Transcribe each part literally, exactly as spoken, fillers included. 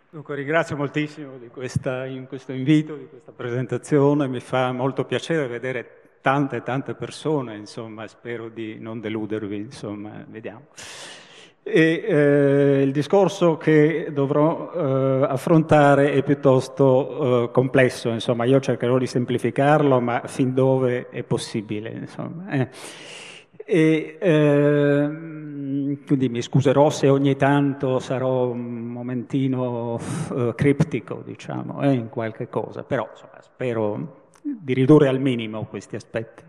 Dunque ringrazio moltissimo di questa, in questo invito, di questa presentazione, mi fa molto piacere vedere tante tante persone, insomma, spero di non deludervi, insomma, vediamo. E eh, il discorso che dovrò eh, affrontare è piuttosto eh, complesso, insomma, io cercherò di semplificarlo, ma fin dove è possibile, insomma. Eh. E, ehm, quindi mi scuserò se ogni tanto sarò un momentino eh, criptico, diciamo, eh, in qualche cosa, però insomma, spero di ridurre al minimo questi aspetti.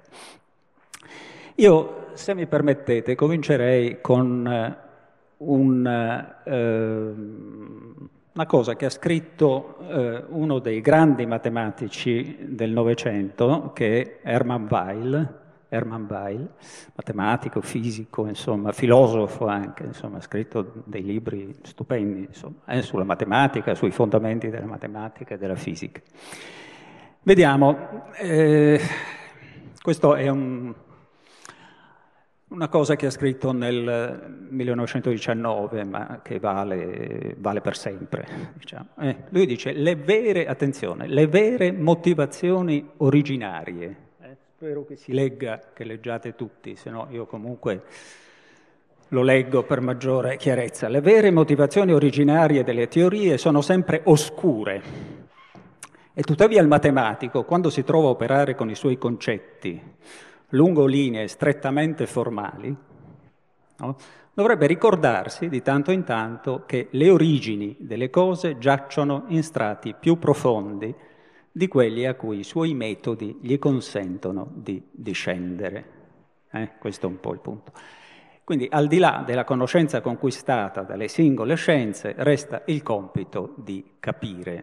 Io, se mi permettete, comincerei con eh, un, eh, una cosa che ha scritto eh, uno dei grandi matematici del Novecento, che è Hermann Weyl, Hermann Weyl, matematico, fisico, insomma, filosofo anche, insomma, ha scritto dei libri stupendi, insomma, eh, sulla matematica, sui fondamenti della matematica e della fisica. Vediamo, eh, questo è un, una cosa che ha scritto nel millenovecentodiciannove, ma che vale, vale per sempre, diciamo. Eh, lui dice, le vere, attenzione, le vere motivazioni originarie. Spero che si legga, che leggiate tutti, se no io comunque lo leggo per maggiore chiarezza. Le vere motivazioni originarie delle teorie sono sempre oscure e tuttavia il matematico, quando si trova a operare con i suoi concetti lungo linee strettamente formali, no, dovrebbe ricordarsi di tanto in tanto che le origini delle cose giacciono in strati più profondi di quelli a cui i suoi metodi gli consentono di discendere. Eh, questo è un po' il punto. Quindi, al di là della conoscenza conquistata dalle singole scienze, resta il compito di capire.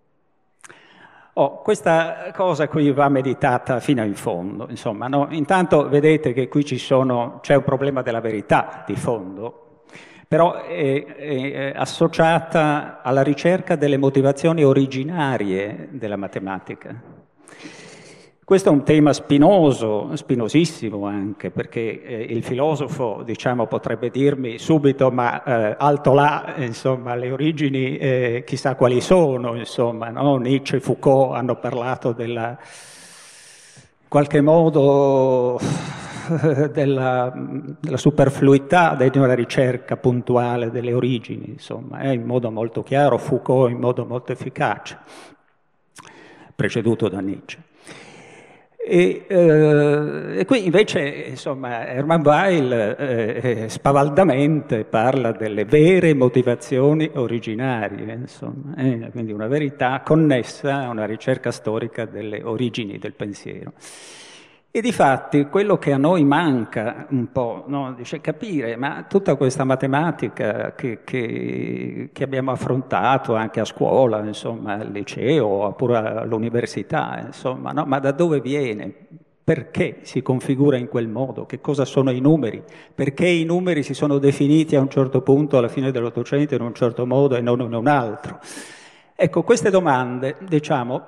Oh, questa cosa qui va meditata fino in fondo, insomma, no? Intanto vedete che qui ci sono, c'è un problema della verità di fondo, però è, è associata alla ricerca delle motivazioni originarie della matematica. Questo è un tema spinoso, spinosissimo anche, perché eh, il filosofo, diciamo, potrebbe dirmi subito, ma eh, alto là, insomma, le origini eh, chissà quali sono, insomma, no? Nietzsche e Foucault hanno parlato della, in qualche modo, Della, della superfluità di una ricerca puntuale delle origini, insomma, eh, in modo molto chiaro, Foucault in modo molto efficace, preceduto da Nietzsche. E, eh, e qui invece, insomma, Hermann Weyl eh, spavaldamente parla delle vere motivazioni originarie, insomma, eh, quindi una verità connessa a una ricerca storica delle origini del pensiero. E difatti quello che a noi manca un po', no? Dice capire, ma tutta questa matematica che, che, che abbiamo affrontato anche a scuola, insomma, al liceo oppure all'università, insomma, no? Ma da dove viene? Perché si configura in quel modo? Che cosa sono i numeri? Perché i numeri si sono definiti a un certo punto, alla fine dell'Ottocento, in un certo modo e non in un altro? Ecco, queste domande, diciamo...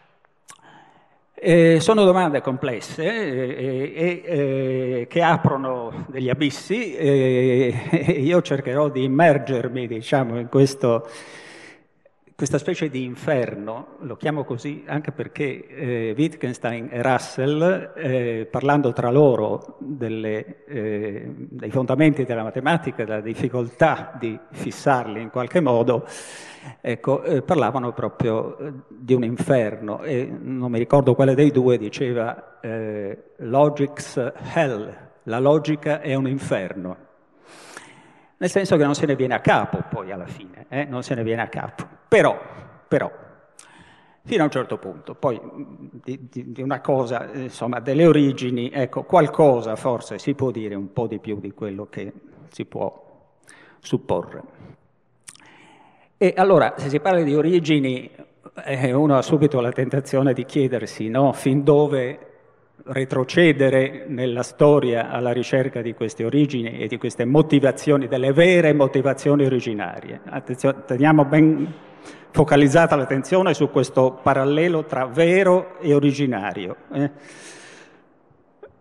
Eh, sono domande complesse eh, eh, eh, che aprono degli abissi e eh, io cercherò di immergermi, diciamo, in questo, questa specie di inferno, lo chiamo così anche perché eh, Wittgenstein e Russell, eh, parlando tra loro delle, eh, dei fondamenti della matematica, della difficoltà di fissarli in qualche modo, ecco, eh, parlavano proprio eh, di un inferno e non mi ricordo quale dei due diceva eh, logic's hell, la logica è un inferno, nel senso che non se ne viene a capo poi alla fine, eh? non se ne viene a capo, però, però, fino a un certo punto, poi di, di, di una cosa, insomma, delle origini, ecco, qualcosa forse si può dire un po' di più di quello che si può supporre. E allora, se si parla di origini, eh, uno ha subito la tentazione di chiedersi, no, fin dove retrocedere nella storia alla ricerca di queste origini e di queste motivazioni, delle vere motivazioni originarie. Attenzione, teniamo ben focalizzata l'attenzione su questo parallelo tra vero e originario. Eh.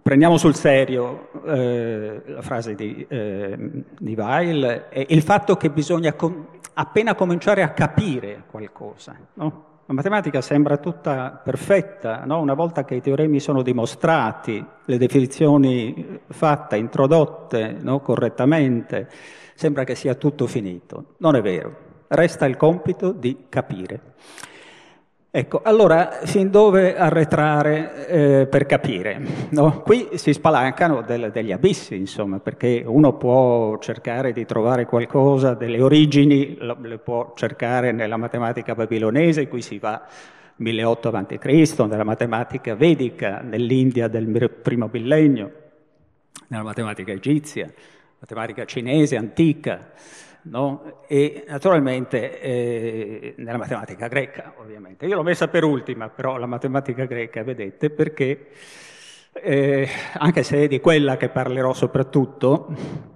prendiamo sul serio eh, la frase di, eh, di Weil, è il fatto che bisogna com- appena cominciare a capire qualcosa, no? La matematica sembra tutta perfetta, no? Una volta che i teoremi sono dimostrati, le definizioni fatte, introdotte, no? Correttamente, sembra che sia tutto finito. Non è vero, resta il compito di capire. Ecco, allora, fin dove arretrare eh, per capire? No? Qui si spalancano del, degli abissi, insomma, perché uno può cercare di trovare qualcosa, delle origini, le può cercare nella matematica babilonese, qui si va milleottocento avanti Cristo, nella matematica vedica, nell'India del primo millennio, nella matematica egizia, matematica cinese antica, no? E naturalmente eh, nella matematica greca, ovviamente. Io l'ho messa per ultima, però la matematica greca, vedete, perché eh, anche se è di quella che parlerò soprattutto,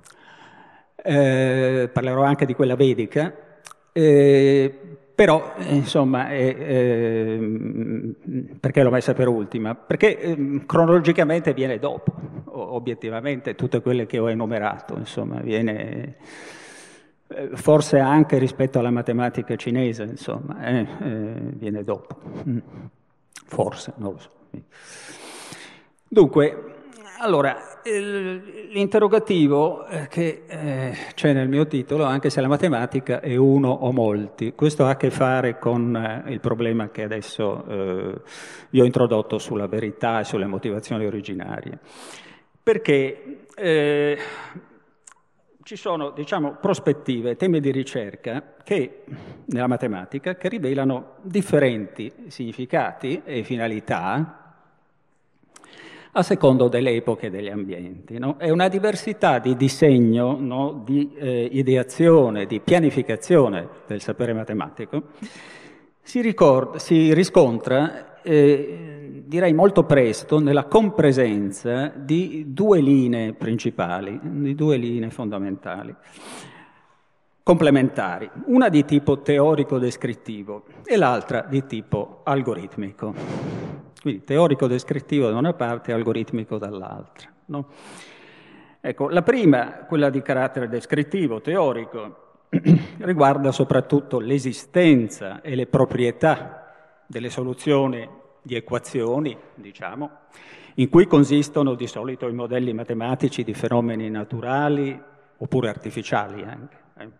eh, parlerò anche di quella vedica, eh, però insomma, eh, eh, perché l'ho messa per ultima? Perché eh, cronologicamente viene dopo, obiettivamente, tutte quelle che ho enumerato, insomma, viene... forse anche rispetto alla matematica cinese, insomma, eh, eh, viene dopo. Forse, non lo so. Dunque, allora, l'interrogativo che eh, c'è nel mio titolo, anche se la matematica è uno o molti, questo ha a che fare con eh, il problema che adesso eh, io ho introdotto sulla verità e sulle motivazioni originarie. Perché... Eh, ci sono, diciamo, prospettive, temi di ricerca che, nella matematica, che rivelano differenti significati e finalità a secondo delle epoche e degli ambienti, no? È una diversità di disegno, no? Di eh, ideazione, di pianificazione del sapere matematico, si, ricorda, si riscontra, eh, direi molto presto, nella compresenza di due linee principali, di due linee fondamentali, complementari, una di tipo teorico-descrittivo e l'altra di tipo algoritmico. Quindi teorico-descrittivo da una parte e algoritmico dall'altra, no? Ecco, la prima, quella di carattere descrittivo, teorico, riguarda soprattutto l'esistenza e le proprietà delle soluzioni di equazioni, diciamo, in cui consistono di solito i modelli matematici di fenomeni naturali oppure artificiali anche.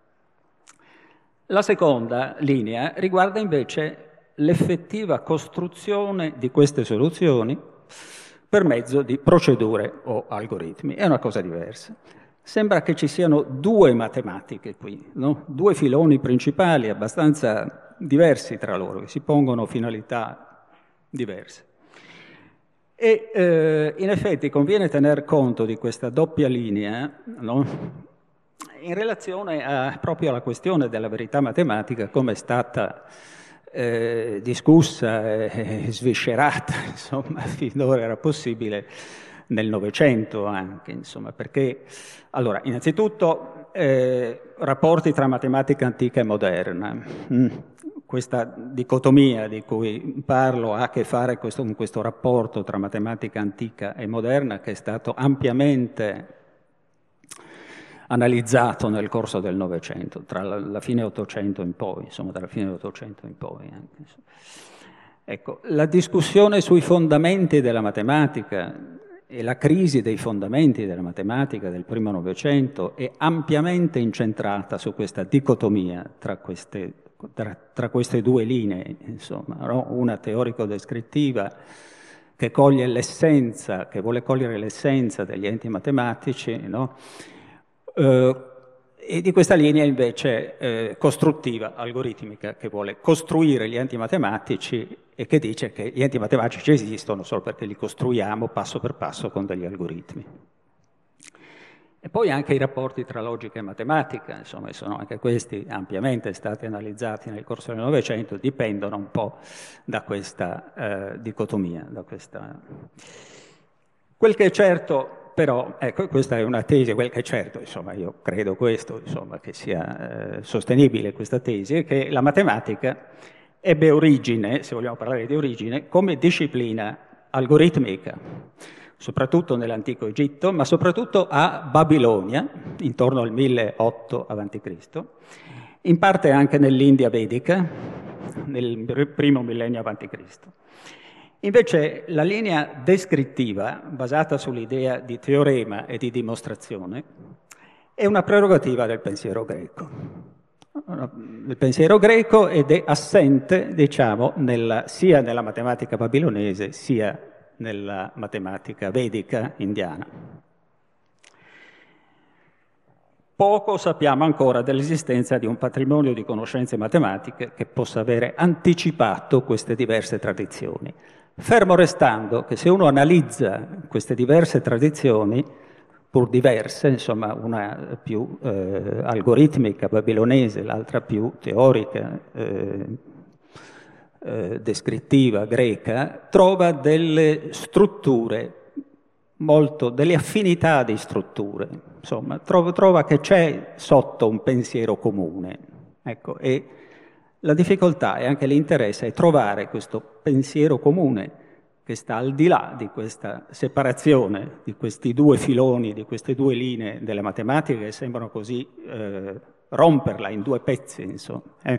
La seconda linea riguarda invece l'effettiva costruzione di queste soluzioni per mezzo di procedure o algoritmi. È una cosa diversa. Sembra che ci siano due matematiche qui, no? Due filoni principali abbastanza diversi tra loro, che si pongono finalità diverse. E eh, in effetti conviene tener conto di questa doppia linea, no? In relazione a, proprio alla questione della verità matematica, come è stata eh, discussa e sviscerata, insomma, finora era possibile nel Novecento anche, insomma, perché, allora, innanzitutto, eh, rapporti tra matematica antica e moderna. Mm. Questa dicotomia di cui parlo ha a che fare questo, con questo rapporto tra matematica antica e moderna che è stato ampiamente analizzato nel corso del Novecento, tra la, la fine Ottocento in poi, insomma, dalla fine dell'Ottocento in poi anche, insomma. Ecco, la discussione sui fondamenti della matematica e la crisi dei fondamenti della matematica del primo Novecento è ampiamente incentrata su questa dicotomia tra queste, tra, tra queste due linee, insomma, no? Una teorico-descrittiva che coglie l'essenza, che vuole cogliere l'essenza degli enti matematici, no? Uh, e di questa linea invece eh, costruttiva, algoritmica, che vuole costruire gli enti matematici e che dice che gli enti matematici esistono solo perché li costruiamo passo per passo con degli algoritmi. E poi anche i rapporti tra logica e matematica, insomma, sono anche questi ampiamente stati analizzati nel corso del Novecento, dipendono un po' da questa eh, dicotomia, da questa... Quel che è certo... Però, ecco, questa è una tesi, quel che è certo, insomma, io credo questo, insomma, che sia eh, sostenibile questa tesi, è che la matematica ebbe origine, se vogliamo parlare di origine, come disciplina algoritmica. soprattutto nell'antico Egitto, ma soprattutto a Babilonia, intorno al milleottocento avanti Cristo, in parte anche nell'India vedica, nel primo millennio avanti Cristo. Invece la linea descrittiva, basata sull'idea di teorema e di dimostrazione, è una prerogativa del pensiero greco. Del pensiero greco ed è assente, diciamo, nella, sia nella matematica babilonese sia nella matematica vedica indiana. Poco sappiamo ancora dell'esistenza di un patrimonio di conoscenze matematiche che possa avere anticipato queste diverse tradizioni. Fermo restando che se uno analizza queste diverse tradizioni, pur diverse, insomma una più eh, algoritmica babilonese, l'altra più teorica, eh, eh, descrittiva greca, trova delle strutture, molto, delle affinità di strutture, insomma trova, trova che c'è sotto un pensiero comune, ecco, e la difficoltà e anche l'interesse è trovare questo pensiero comune che sta al di là di questa separazione di questi due filoni, di queste due linee delle matematiche che sembrano così eh, romperla in due pezzi, insomma. Eh.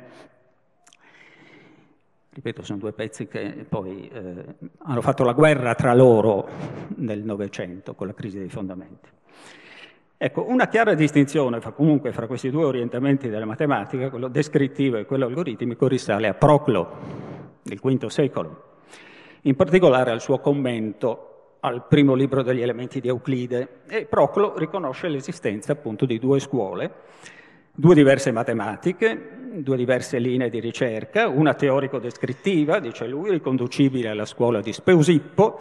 Ripeto, sono due pezzi che poi eh, hanno fatto la guerra tra loro nel Novecento con la crisi dei fondamenti. Ecco, una chiara distinzione fa comunque fra questi due orientamenti della matematica, quello descrittivo e quello algoritmico, risale a Proclo, del quinto secolo, in particolare al suo commento al primo libro degli elementi di Euclide, e Proclo riconosce l'esistenza appunto di due scuole, due diverse matematiche, due diverse linee di ricerca, una teorico-descrittiva, dice lui, riconducibile alla scuola di Speusippo,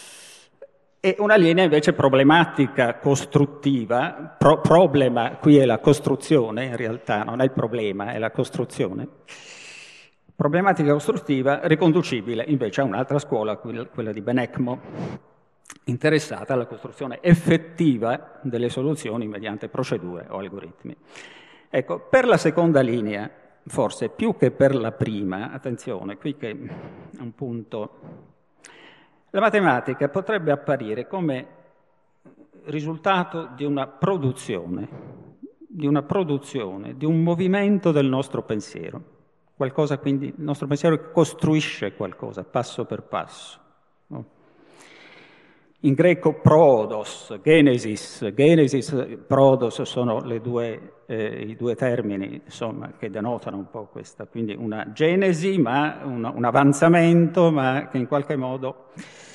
e una linea invece problematica, costruttiva, pro problema, qui è la costruzione, in realtà non è il problema, è la costruzione, problematica costruttiva riconducibile invece a un'altra scuola, quella di Benecmo, interessata alla costruzione effettiva delle soluzioni mediante procedure o algoritmi. Ecco, per la seconda linea, forse più che per la prima, attenzione, qui che è un punto, la matematica potrebbe apparire come risultato di una produzione, di una produzione, di un movimento del nostro pensiero. Qualcosa quindi, il nostro pensiero costruisce qualcosa passo per passo. No? In greco prodos, genesis, genesis, prodos sono le due, eh, i due termini insomma, che denotano un po' questa, quindi una genesi, ma un, un avanzamento, ma che in qualche modo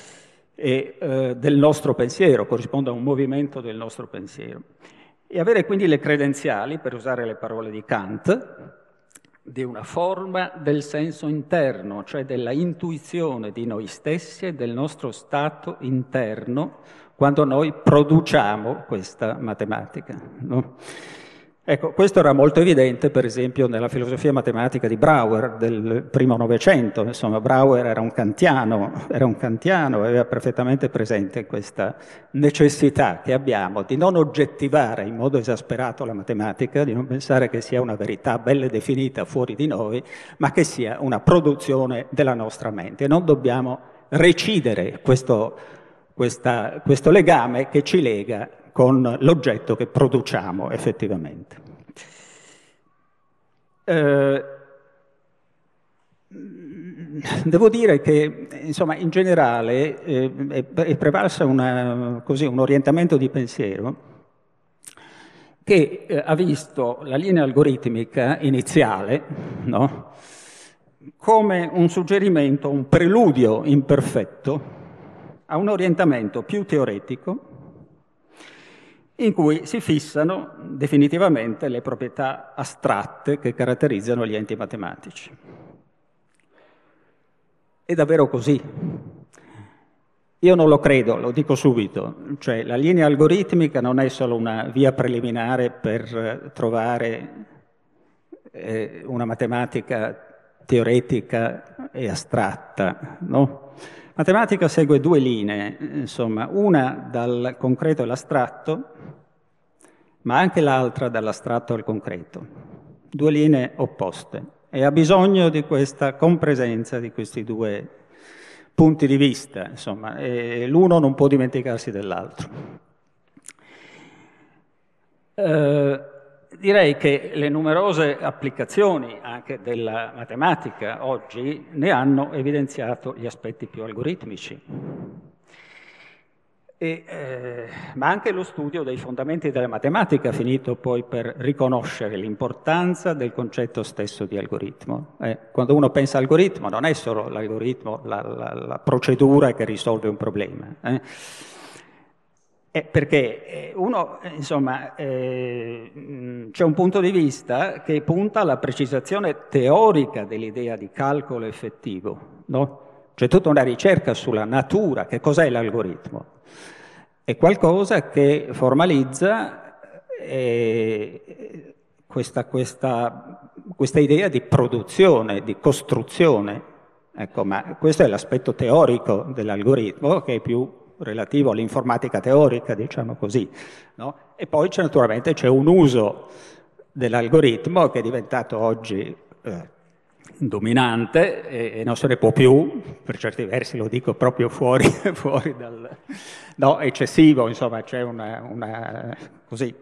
è eh, del nostro pensiero, corrisponde a un movimento del nostro pensiero. E avere quindi le credenziali, per usare le parole di Kant, di una forma del senso interno, cioè della intuizione di noi stessi e del nostro stato interno quando noi produciamo questa matematica. No? Ecco, questo era molto evidente, per esempio, nella filosofia matematica di Brouwer del primo Novecento. Insomma, Brouwer era un kantiano, era un kantiano, aveva perfettamente presente questa necessità che abbiamo di non oggettivare in modo esasperato la matematica, di non pensare che sia una verità bella definita fuori di noi, ma che sia una produzione della nostra mente. E non dobbiamo recidere questo, questa, questo legame che ci lega con l'oggetto che produciamo effettivamente. Eh, devo dire che, insomma, in generale eh, è, è prevalsa una, così, un orientamento di pensiero che eh, ha visto la linea algoritmica iniziale, no, come un suggerimento, un preludio imperfetto a un orientamento più teoretico in cui si fissano definitivamente le proprietà astratte che caratterizzano gli enti matematici. È davvero così? Io non lo credo, lo dico subito, cioè la linea algoritmica non è solo una via preliminare per trovare eh, una matematica teoretica e astratta, no? Matematica segue due linee, insomma, una dal concreto all'astratto, ma anche l'altra dall'astratto al concreto. Due linee opposte. E ha bisogno di questa compresenza di questi due punti di vista, insomma, e l'uno non può dimenticarsi dell'altro. Eh, direi che le numerose applicazioni anche della matematica oggi ne hanno evidenziato gli aspetti più algoritmici. E, eh, ma anche lo studio dei fondamenti della matematica ha finito poi per riconoscere l'importanza del concetto stesso di algoritmo. Eh, quando uno pensa algoritmo non è solo l'algoritmo, la, la, la procedura che risolve un problema. Eh. Eh, perché uno, insomma, eh, c'è un punto di vista che punta alla precisazione teorica dell'idea di calcolo effettivo, no? C'è tutta una ricerca sulla natura, che cos'è l'algoritmo. È qualcosa che formalizza eh, questa, questa, questa idea di produzione, di costruzione. Ecco, ma questo è l'aspetto teorico dell'algoritmo, che è più relativo all'informatica teorica, diciamo così, no? E poi c'è, naturalmente c'è un uso dell'algoritmo che è diventato oggi eh, dominante e, e non se ne può più, per certi versi lo dico proprio fuori, fuori dal... no, eccessivo, insomma, c'è una, una così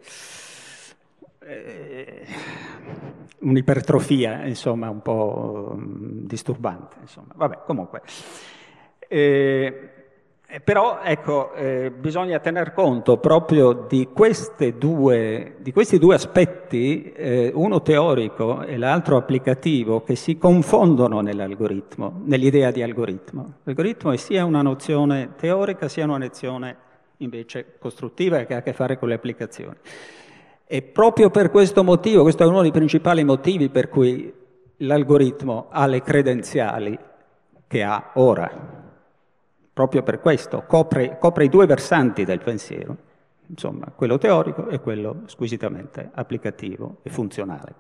eh, un'ipertrofia, insomma, un po' disturbante, insomma. Vabbè, comunque. Eh, Però ecco, eh, bisogna tener conto proprio di, queste due, di questi due aspetti, eh, uno teorico e l'altro applicativo, che si confondono nell'algoritmo, nell'idea di algoritmo. L'algoritmo è sia una nozione teorica sia una nozione invece costruttiva che ha a che fare con le applicazioni. E proprio per questo motivo, questo è uno dei principali motivi per cui l'algoritmo ha le credenziali che ha ora. Proprio per questo copre, copre i due versanti del pensiero, insomma, quello teorico e quello squisitamente applicativo e funzionale.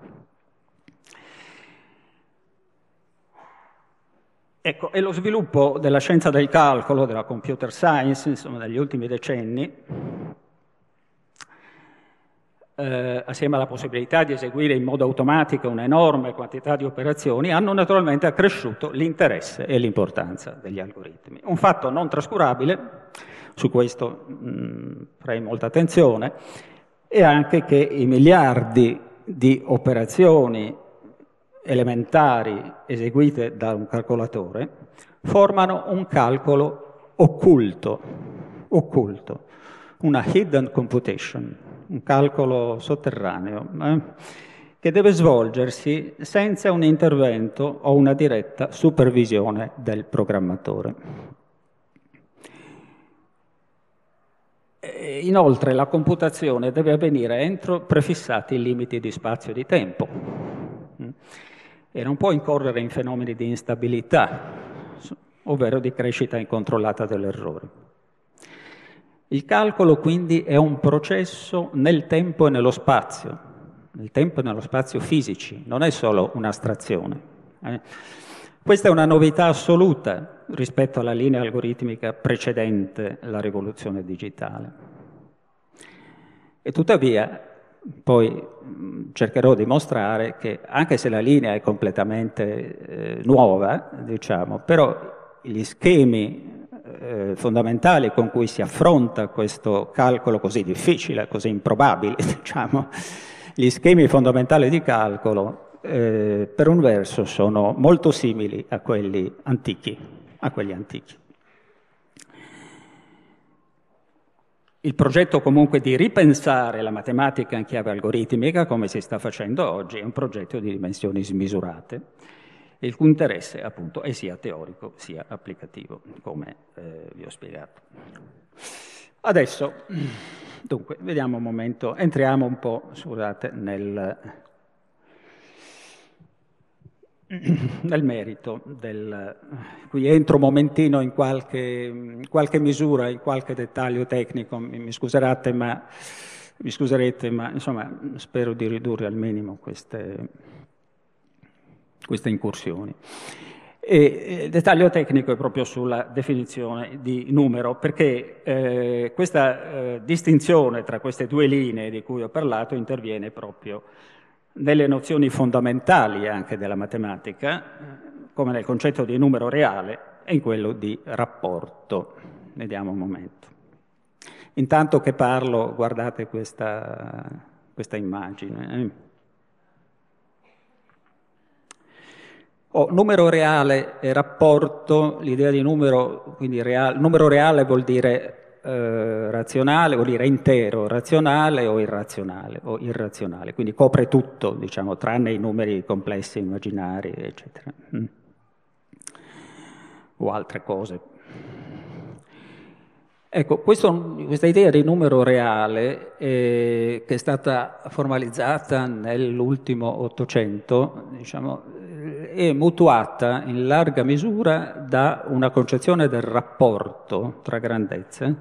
Ecco, e lo sviluppo della scienza del calcolo, della computer science, insomma, negli ultimi decenni, eh, assieme alla possibilità di eseguire in modo automatico un'enorme quantità di operazioni, hanno naturalmente accresciuto l'interesse e l'importanza degli algoritmi. Un fatto non trascurabile, su questo mh, farei molta attenzione, è anche che i miliardi di operazioni elementari eseguite da un calcolatore formano un calcolo occulto, occulto, una hidden computation, un calcolo sotterraneo, eh, che deve svolgersi senza un intervento o una diretta supervisione del programmatore. E inoltre la computazione deve avvenire entro prefissati limiti di spazio e di tempo e non può incorrere in fenomeni di instabilità, ovvero di crescita incontrollata dell'errore. Il calcolo quindi è un processo nel tempo e nello spazio, nel tempo e nello spazio fisici, non è solo un'astrazione. Eh? Questa è una novità assoluta rispetto alla linea algoritmica precedente la rivoluzione digitale. E tuttavia, poi cercherò di mostrare che anche se la linea è completamente eh, nuova, diciamo, però gli schemi Eh, fondamentali con cui si affronta questo calcolo così difficile, così improbabile, diciamo, gli schemi fondamentali di calcolo, eh, per un verso sono molto simili a quelli antichi, a quelli antichi. Il progetto comunque di ripensare la matematica in chiave algoritmica, come si sta facendo oggi, è un progetto di dimensioni smisurate, il cui interesse appunto è sia teorico sia applicativo, come eh, vi ho spiegato. Adesso, dunque, vediamo un momento, entriamo un po', scusate, nel, nel merito del... Qui entro un momentino in qualche, in qualche misura, in qualche dettaglio tecnico, mi, mi scuserete, ma, mi scuserete, ma insomma spero di ridurre al minimo queste... queste incursioni. E il dettaglio tecnico è proprio sulla definizione di numero, perché eh, questa eh, distinzione tra queste due linee di cui ho parlato interviene proprio nelle nozioni fondamentali anche della matematica, come nel concetto di numero reale e in quello di rapporto. Vediamo un momento. Intanto che parlo, guardate questa, questa immagine. Eh. Oh, numero reale e rapporto, l'idea di numero, quindi reale, numero reale vuol dire eh, razionale, vuol dire intero, razionale o irrazionale, o irrazionale, quindi copre tutto, diciamo, tranne i numeri complessi, immaginari, eccetera. Mm. O altre cose. Ecco, questo, questa idea di numero reale, eh, che è stata formalizzata nell'ultimo Ottocento, diciamo, è mutuata in larga misura da una concezione del rapporto tra grandezze,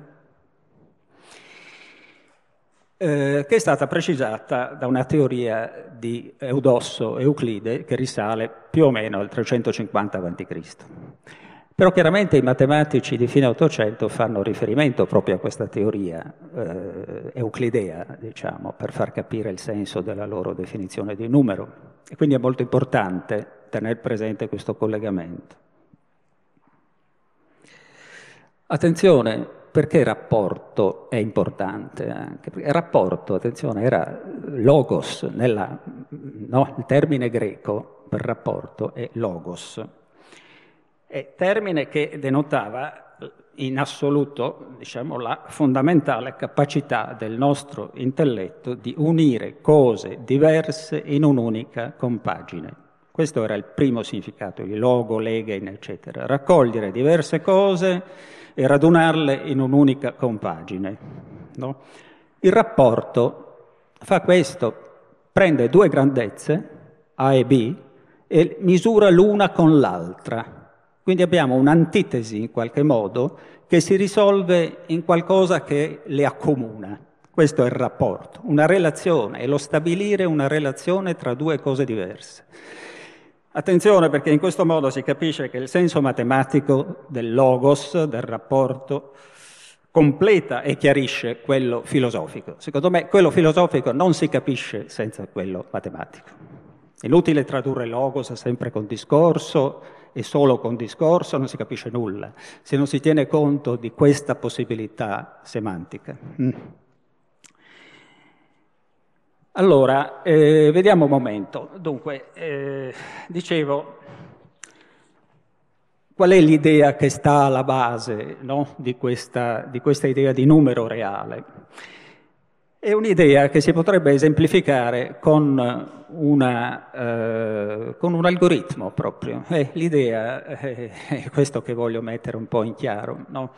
eh, che è stata precisata da una teoria di Eudosso Euclide che risale più o meno al trecentocinquanta avanti Cristo. Però chiaramente i matematici di fine Ottocento fanno riferimento proprio a questa teoria eh, euclidea, diciamo, per far capire il senso della loro definizione di numero. E quindi è molto importante tenere presente questo collegamento. Attenzione, perché rapporto è importante? Anche perché rapporto, attenzione, era logos, nella, no, il termine greco per rapporto è logos. È termine che denotava in assoluto, diciamo, la fondamentale capacità del nostro intelletto di unire cose diverse in un'unica compagine. Questo era il primo significato, il logo, legen, eccetera. Raccogliere diverse cose e radunarle in un'unica compagine. No? Il rapporto fa questo, prende due grandezze, A e B, e misura l'una con l'altra. Quindi abbiamo un'antitesi in qualche modo che si risolve in qualcosa che le accomuna. Questo è il rapporto, una relazione, è lo stabilire una relazione tra due cose diverse. Attenzione, perché in questo modo si capisce che il senso matematico del logos, del rapporto, completa e chiarisce quello filosofico. Secondo me quello filosofico non si capisce senza quello matematico. È inutile tradurre logos sempre con discorso, e solo con discorso non si capisce nulla, se non si tiene conto di questa possibilità semantica. Mm. Allora, eh, vediamo un momento. Dunque, eh, dicevo, qual è l'idea che sta alla base, no, di questa, di questa idea di numero reale? È un'idea che si potrebbe esemplificare con, una, eh, con un algoritmo proprio. Eh, l'idea è, è questo che voglio mettere un po' in chiaro, no?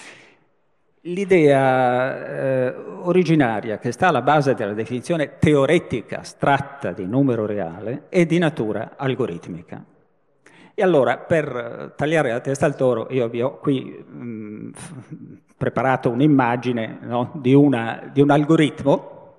L'idea eh, originaria che sta alla base della definizione teoretica astratta di numero reale è di natura algoritmica. E allora, per tagliare la testa al toro, io vi ho qui mh, preparato un'immagine, no, di, una, di un algoritmo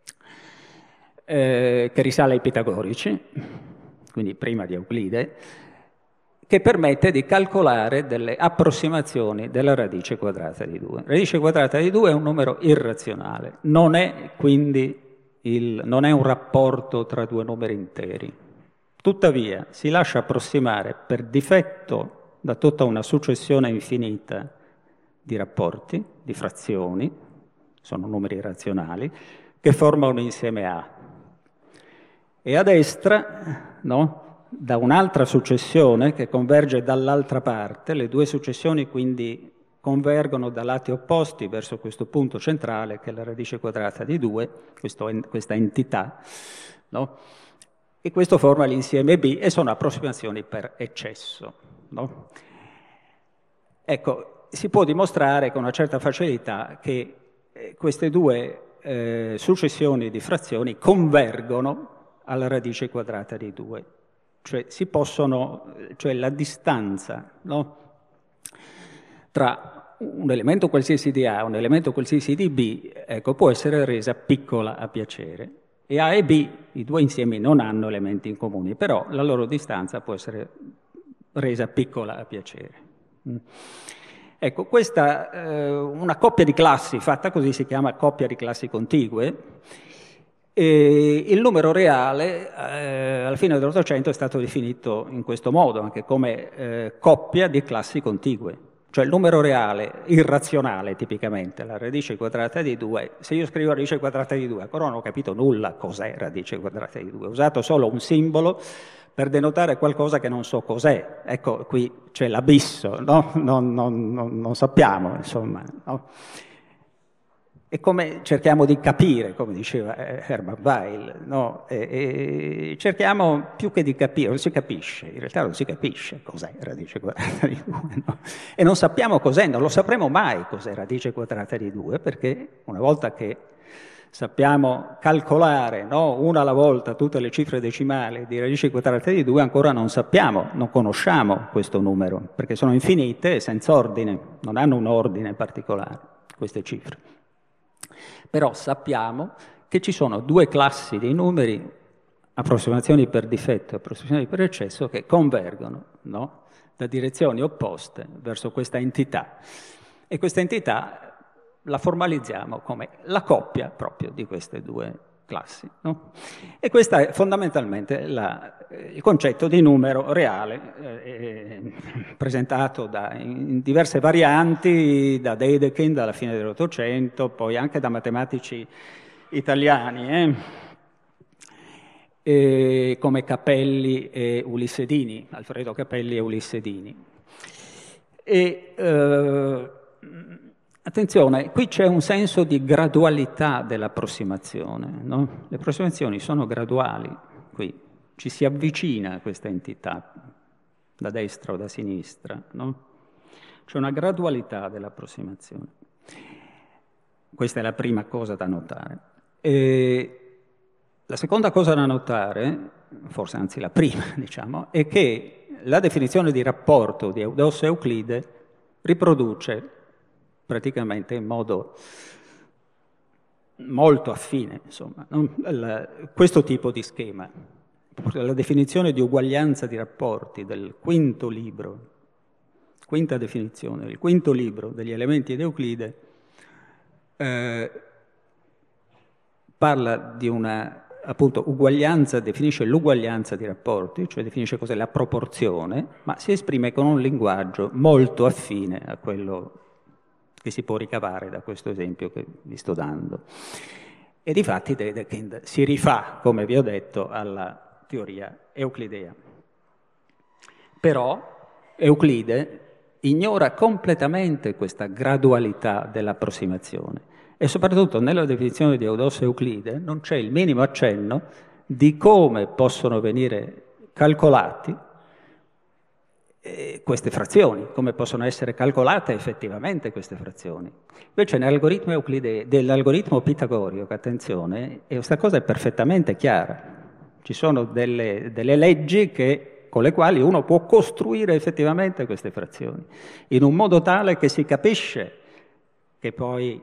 eh, che risale ai pitagorici, quindi prima di Euclide, che permette di calcolare delle approssimazioni della radice quadrata di due. La radice quadrata di due è un numero irrazionale, non è quindi il, non è un rapporto tra due numeri interi. Tuttavia si lascia approssimare per difetto da tutta una successione infinita di rapporti, di frazioni, sono numeri irrazionali, che formano insieme A. E a destra, no? Da un'altra successione che converge dall'altra parte, le due successioni quindi convergono da lati opposti verso questo punto centrale che è la radice quadrata di due, questo, questa entità, no? E questo forma l'insieme B e sono approssimazioni per eccesso, no? Ecco, si può dimostrare con una certa facilità che eh, queste due eh, successioni di frazioni convergono alla radice quadrata di due. Cioè, si possono, cioè la distanza, no, tra un elemento qualsiasi di A e un elemento qualsiasi di B, ecco, può essere resa piccola a piacere. E A e B, i due insiemi, non hanno elementi in comune, però la loro distanza può essere resa piccola a piacere. Mm. Ecco, questa, eh, una coppia di classi fatta così si chiama coppia di classi contigue, E il numero reale eh, alla fine dell'Ottocento è stato definito in questo modo, anche come eh, coppia di classi contigue. Cioè il numero reale irrazionale, tipicamente, la radice quadrata di due, se io scrivo radice quadrata di due, ancora non ho capito nulla cos'è radice quadrata di due, ho usato solo un simbolo per denotare qualcosa che non so cos'è. Ecco, qui c'è l'abisso, no? Non, non, non, non sappiamo, insomma, no? E come cerchiamo di capire, come diceva Hermann Weyl, no? e, e cerchiamo più che di capire, non si capisce, in realtà non si capisce cos'è radice quadrata di due, no? E non sappiamo cos'è, non lo sapremo mai cos'è radice quadrata di due, perché una volta che sappiamo calcolare, no? Una alla volta tutte le cifre decimali di radice quadrata di due, ancora non sappiamo, non conosciamo questo numero, perché sono infinite e senza ordine, non hanno un ordine particolare queste cifre. Però sappiamo che ci sono due classi di numeri, approssimazioni per difetto e approssimazioni per eccesso, che convergono, no? Da direzioni opposte verso questa entità. E questa entità la formalizziamo come la coppia proprio di queste due classi, no? E questo è fondamentalmente la, il concetto di numero reale, eh, presentato da, in diverse varianti da Dedekind alla fine dell'Ottocento, poi anche da matematici italiani, eh, e come Capelli e Ulissedini, Alfredo Capelli e Ulissedini. E, eh, attenzione, qui c'è un senso di gradualità dell'approssimazione, no? Le approssimazioni sono graduali, qui ci si avvicina a questa entità, da destra o da sinistra, no? C'è una gradualità dell'approssimazione. Questa è la prima cosa da notare. E la seconda cosa da notare, forse anzi la prima, diciamo, è che la definizione di rapporto di Eudosso Euclide riproduce praticamente in modo molto affine, insomma, no? La, questo tipo di schema. La definizione di uguaglianza di rapporti del quinto libro, quinta definizione, il quinto libro degli elementi di Euclide, eh, parla di una, appunto, uguaglianza, definisce l'uguaglianza di rapporti, cioè definisce cos'è la proporzione, ma si esprime con un linguaggio molto affine a quello che si può ricavare da questo esempio che vi sto dando. E difatti Dedekind si rifà, come vi ho detto, alla teoria euclidea. Però Euclide ignora completamente questa gradualità dell'approssimazione e soprattutto nella definizione di Eudosso Euclide non c'è il minimo accenno di come possono venire calcolati queste frazioni, come possono essere calcolate effettivamente queste frazioni. Invece nell'algoritmo euclideo, dell'algoritmo pitagorico, attenzione, questa cosa è perfettamente chiara. Ci sono delle, delle leggi che, con le quali uno può costruire effettivamente queste frazioni, in un modo tale che si capisce che poi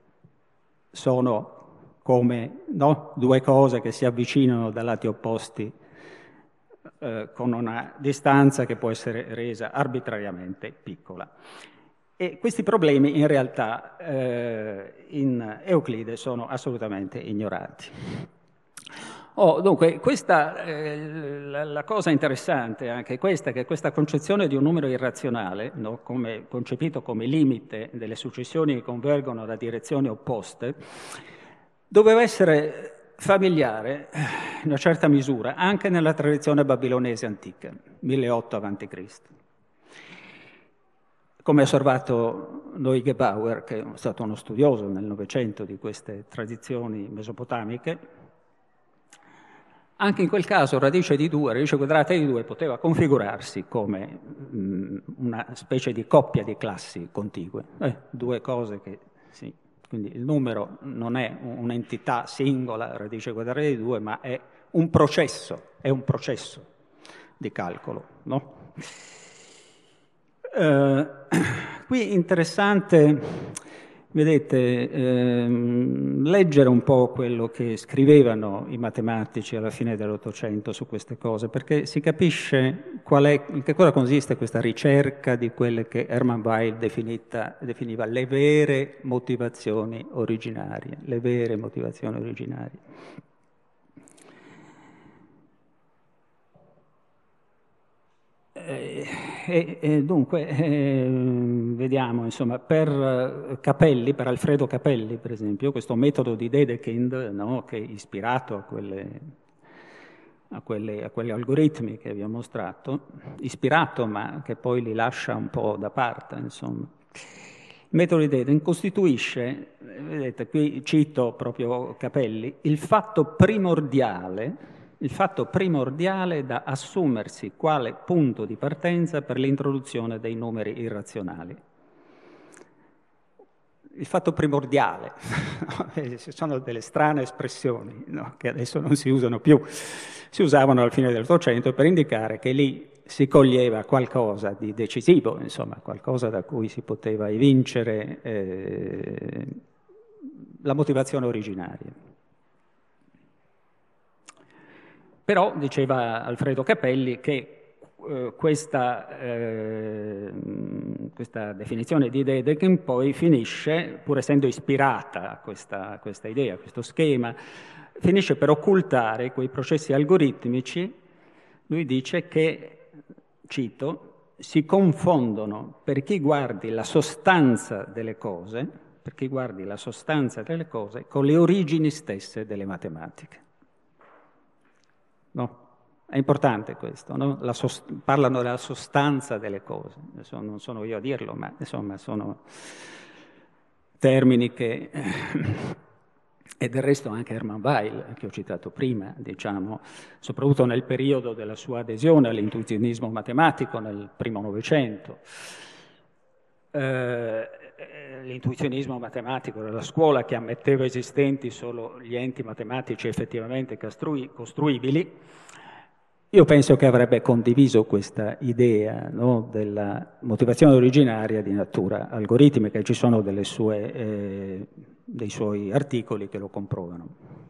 sono come, no, due cose che si avvicinano da lati opposti, Eh, con una distanza che può essere resa arbitrariamente piccola. E questi problemi in realtà eh, in Euclide sono assolutamente ignorati. Oh, dunque, questa, eh, la, la cosa interessante anche questa, che questa concezione di un numero irrazionale, no, come, concepito come limite delle successioni che convergono da direzioni opposte, doveva essere familiare in una certa misura anche nella tradizione babilonese antica, milleottocento avanti Cristo. Come ha osservato Neugebauer, che è stato uno studioso nel Novecento di queste tradizioni mesopotamiche, anche in quel caso radice di due, radice quadrata di due, poteva configurarsi come mh, una specie di coppia di classi contigue, eh, due cose che sì. Quindi il numero non è un'entità singola, radice quadrata di due, ma è un processo, è un processo di calcolo, no? Eh, qui interessante, vedete, ehm, leggere un po' quello che scrivevano i matematici alla fine dell'Ottocento su queste cose, perché si capisce qual è, in che cosa consiste questa ricerca di quelle che Hermann Weyl definita, definiva le vere motivazioni originarie, le vere motivazioni originarie. Eh, e, e dunque, eh, vediamo, insomma, per Capelli, per Alfredo Capelli, per esempio, questo metodo di Dedekind, no, che è ispirato a quelle, a, quelle, a quegli algoritmi che vi ho mostrato, ispirato ma che poi li lascia un po' da parte, insomma. Il metodo di Dedekind costituisce, vedete, qui cito proprio Capelli, il fatto primordiale il fatto primordiale da assumersi quale punto di partenza per l'introduzione dei numeri irrazionali. Il fatto primordiale, ci sono delle strane espressioni, no? Che adesso non si usano più, si usavano al fine dell'Ottocento per indicare che lì si coglieva qualcosa di decisivo, insomma, qualcosa da cui si poteva evincere eh, la motivazione originaria. Però diceva Alfredo Capelli che eh, questa, eh, questa definizione di Dedekind poi finisce, pur essendo ispirata a questa, a questa idea, a questo schema, finisce per occultare quei processi algoritmici. Lui dice che, cito, si confondono per chi guardi la sostanza delle cose, per chi guardi la sostanza delle cose con le origini stesse delle matematiche. No, è importante questo, no? La sost- parlano della sostanza delle cose, adesso non sono io a dirlo, ma insomma sono termini che, e del resto anche Hermann Weyl, che ho citato prima, diciamo, soprattutto nel periodo della sua adesione all'intuizionismo matematico nel primo Novecento. Eh, L'intuizionismo matematico era la scuola che ammetteva esistenti solo gli enti matematici effettivamente costrui, costruibili. Io penso che avrebbe condiviso questa idea, no, della motivazione originaria di natura algoritmica, e ci sono delle sue, eh, dei suoi articoli che lo comprovano.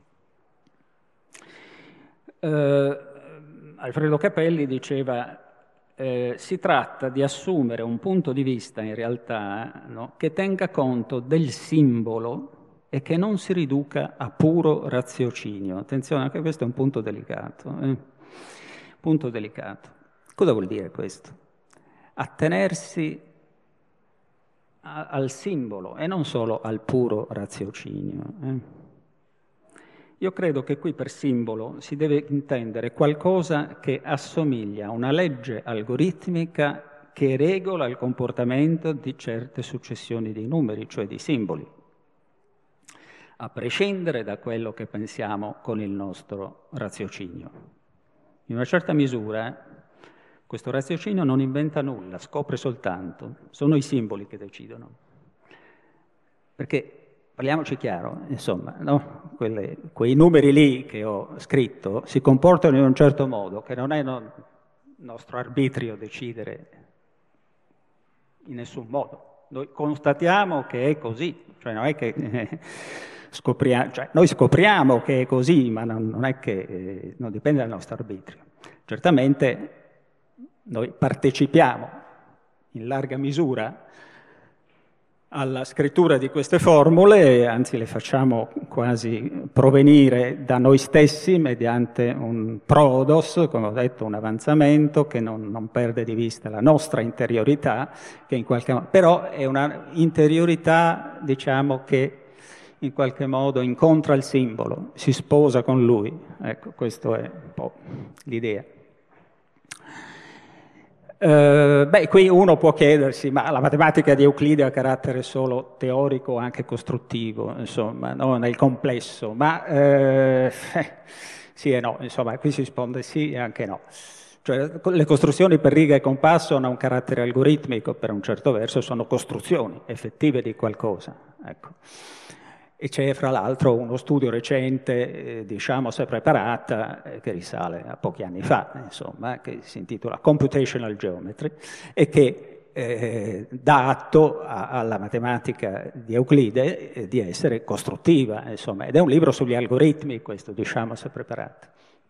Eh, Alfredo Capelli diceva Eh, si tratta di assumere un punto di vista in realtà, no, che tenga conto del simbolo e che non si riduca a puro raziocinio. Attenzione, anche questo è un punto delicato. Eh? Punto delicato. Cosa vuol dire questo? Attenersi a, al simbolo e non solo al puro raziocinio. Eh? Io credo che qui per simbolo si deve intendere qualcosa che assomiglia a una legge algoritmica che regola il comportamento di certe successioni di numeri, cioè di simboli, a prescindere da quello che pensiamo con il nostro raziocinio. In una certa misura questo raziocinio non inventa nulla, scopre soltanto, sono i simboli che decidono. Perché parliamoci chiaro, insomma, no? Quelle, quei numeri lì che ho scritto si comportano in un certo modo, che non è no, nostro arbitrio decidere in nessun modo. Noi constatiamo che è così, cioè non è che eh, scopriamo, cioè noi scopriamo che è così, ma non, non è che eh, non dipende dal nostro arbitrio. Certamente noi partecipiamo in larga misura alla scrittura di queste formule, anzi le facciamo quasi provenire da noi stessi mediante un prodos, come ho detto, un avanzamento che non, non perde di vista la nostra interiorità, che in qualche modo, però è una interiorità, diciamo, che in qualche modo incontra il simbolo, si sposa con lui. Ecco, questa è un po' l'idea. Uh, beh, qui uno può chiedersi, ma la matematica di Euclide ha carattere solo teorico o anche costruttivo, insomma, no? Nel complesso, ma eh, sì e no, insomma, qui si risponde sì e anche no. Cioè, le costruzioni per riga e compasso hanno un carattere algoritmico, per un certo verso, sono costruzioni effettive di qualcosa, ecco. E c'è fra l'altro uno studio recente eh, di Shamos e Preparata eh, che risale a pochi anni fa, insomma, che si intitola Computational Geometry e che eh, dà atto a, alla matematica di Euclide eh, di essere costruttiva, insomma, ed è un libro sugli algoritmi, questo di Shamos e Preparata.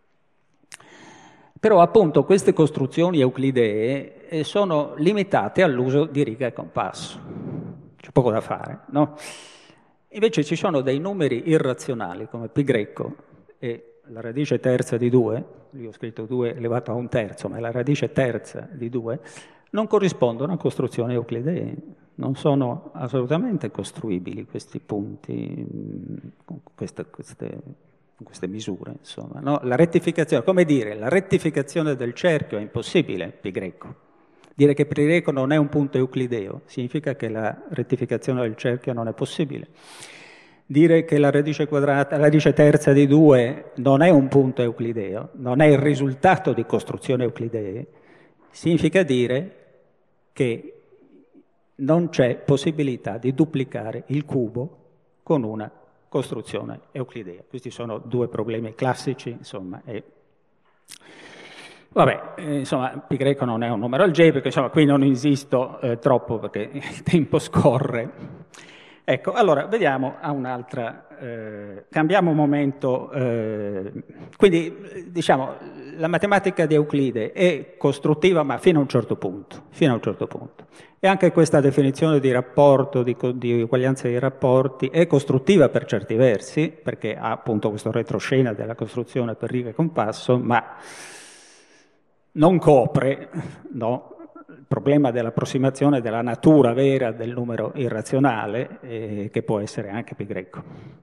Però appunto queste costruzioni euclidee eh, sono limitate all'uso di riga e compasso, c'è poco da fare, no? Invece ci sono dei numeri irrazionali come pi greco e la radice terza di due, io ho scritto due elevato a un terzo, ma è la radice terza di due, non corrispondono a costruzioni euclidee, non sono assolutamente costruibili questi punti, con queste, queste, queste misure, insomma. No? La rettificazione, come dire, la rettificazione del cerchio è impossibile, pi greco. Dire che pi greco non è un punto euclideo significa che la rettificazione del cerchio non è possibile. Dire che la radice quadrata, la radice terza di due non è un punto euclideo, non è il risultato di costruzioni euclidee, significa dire che non c'è possibilità di duplicare il cubo con una costruzione euclidea. Questi sono due problemi classici, insomma. E... Vabbè, eh, insomma, pi greco non è un numero algebrico, insomma, qui non insisto eh, troppo perché il tempo scorre. Ecco, allora, vediamo a un'altra, eh, cambiamo un momento, eh, quindi diciamo, la matematica di Euclide è costruttiva ma fino a un certo punto, fino a un certo punto. E anche questa definizione di rapporto, di, di uguaglianza dei rapporti, è costruttiva per certi versi, perché ha appunto questo retroscena della costruzione per riga e compasso, ma non copre, no? Il problema dell'approssimazione della natura vera del numero irrazionale, eh, che può essere anche pi greco.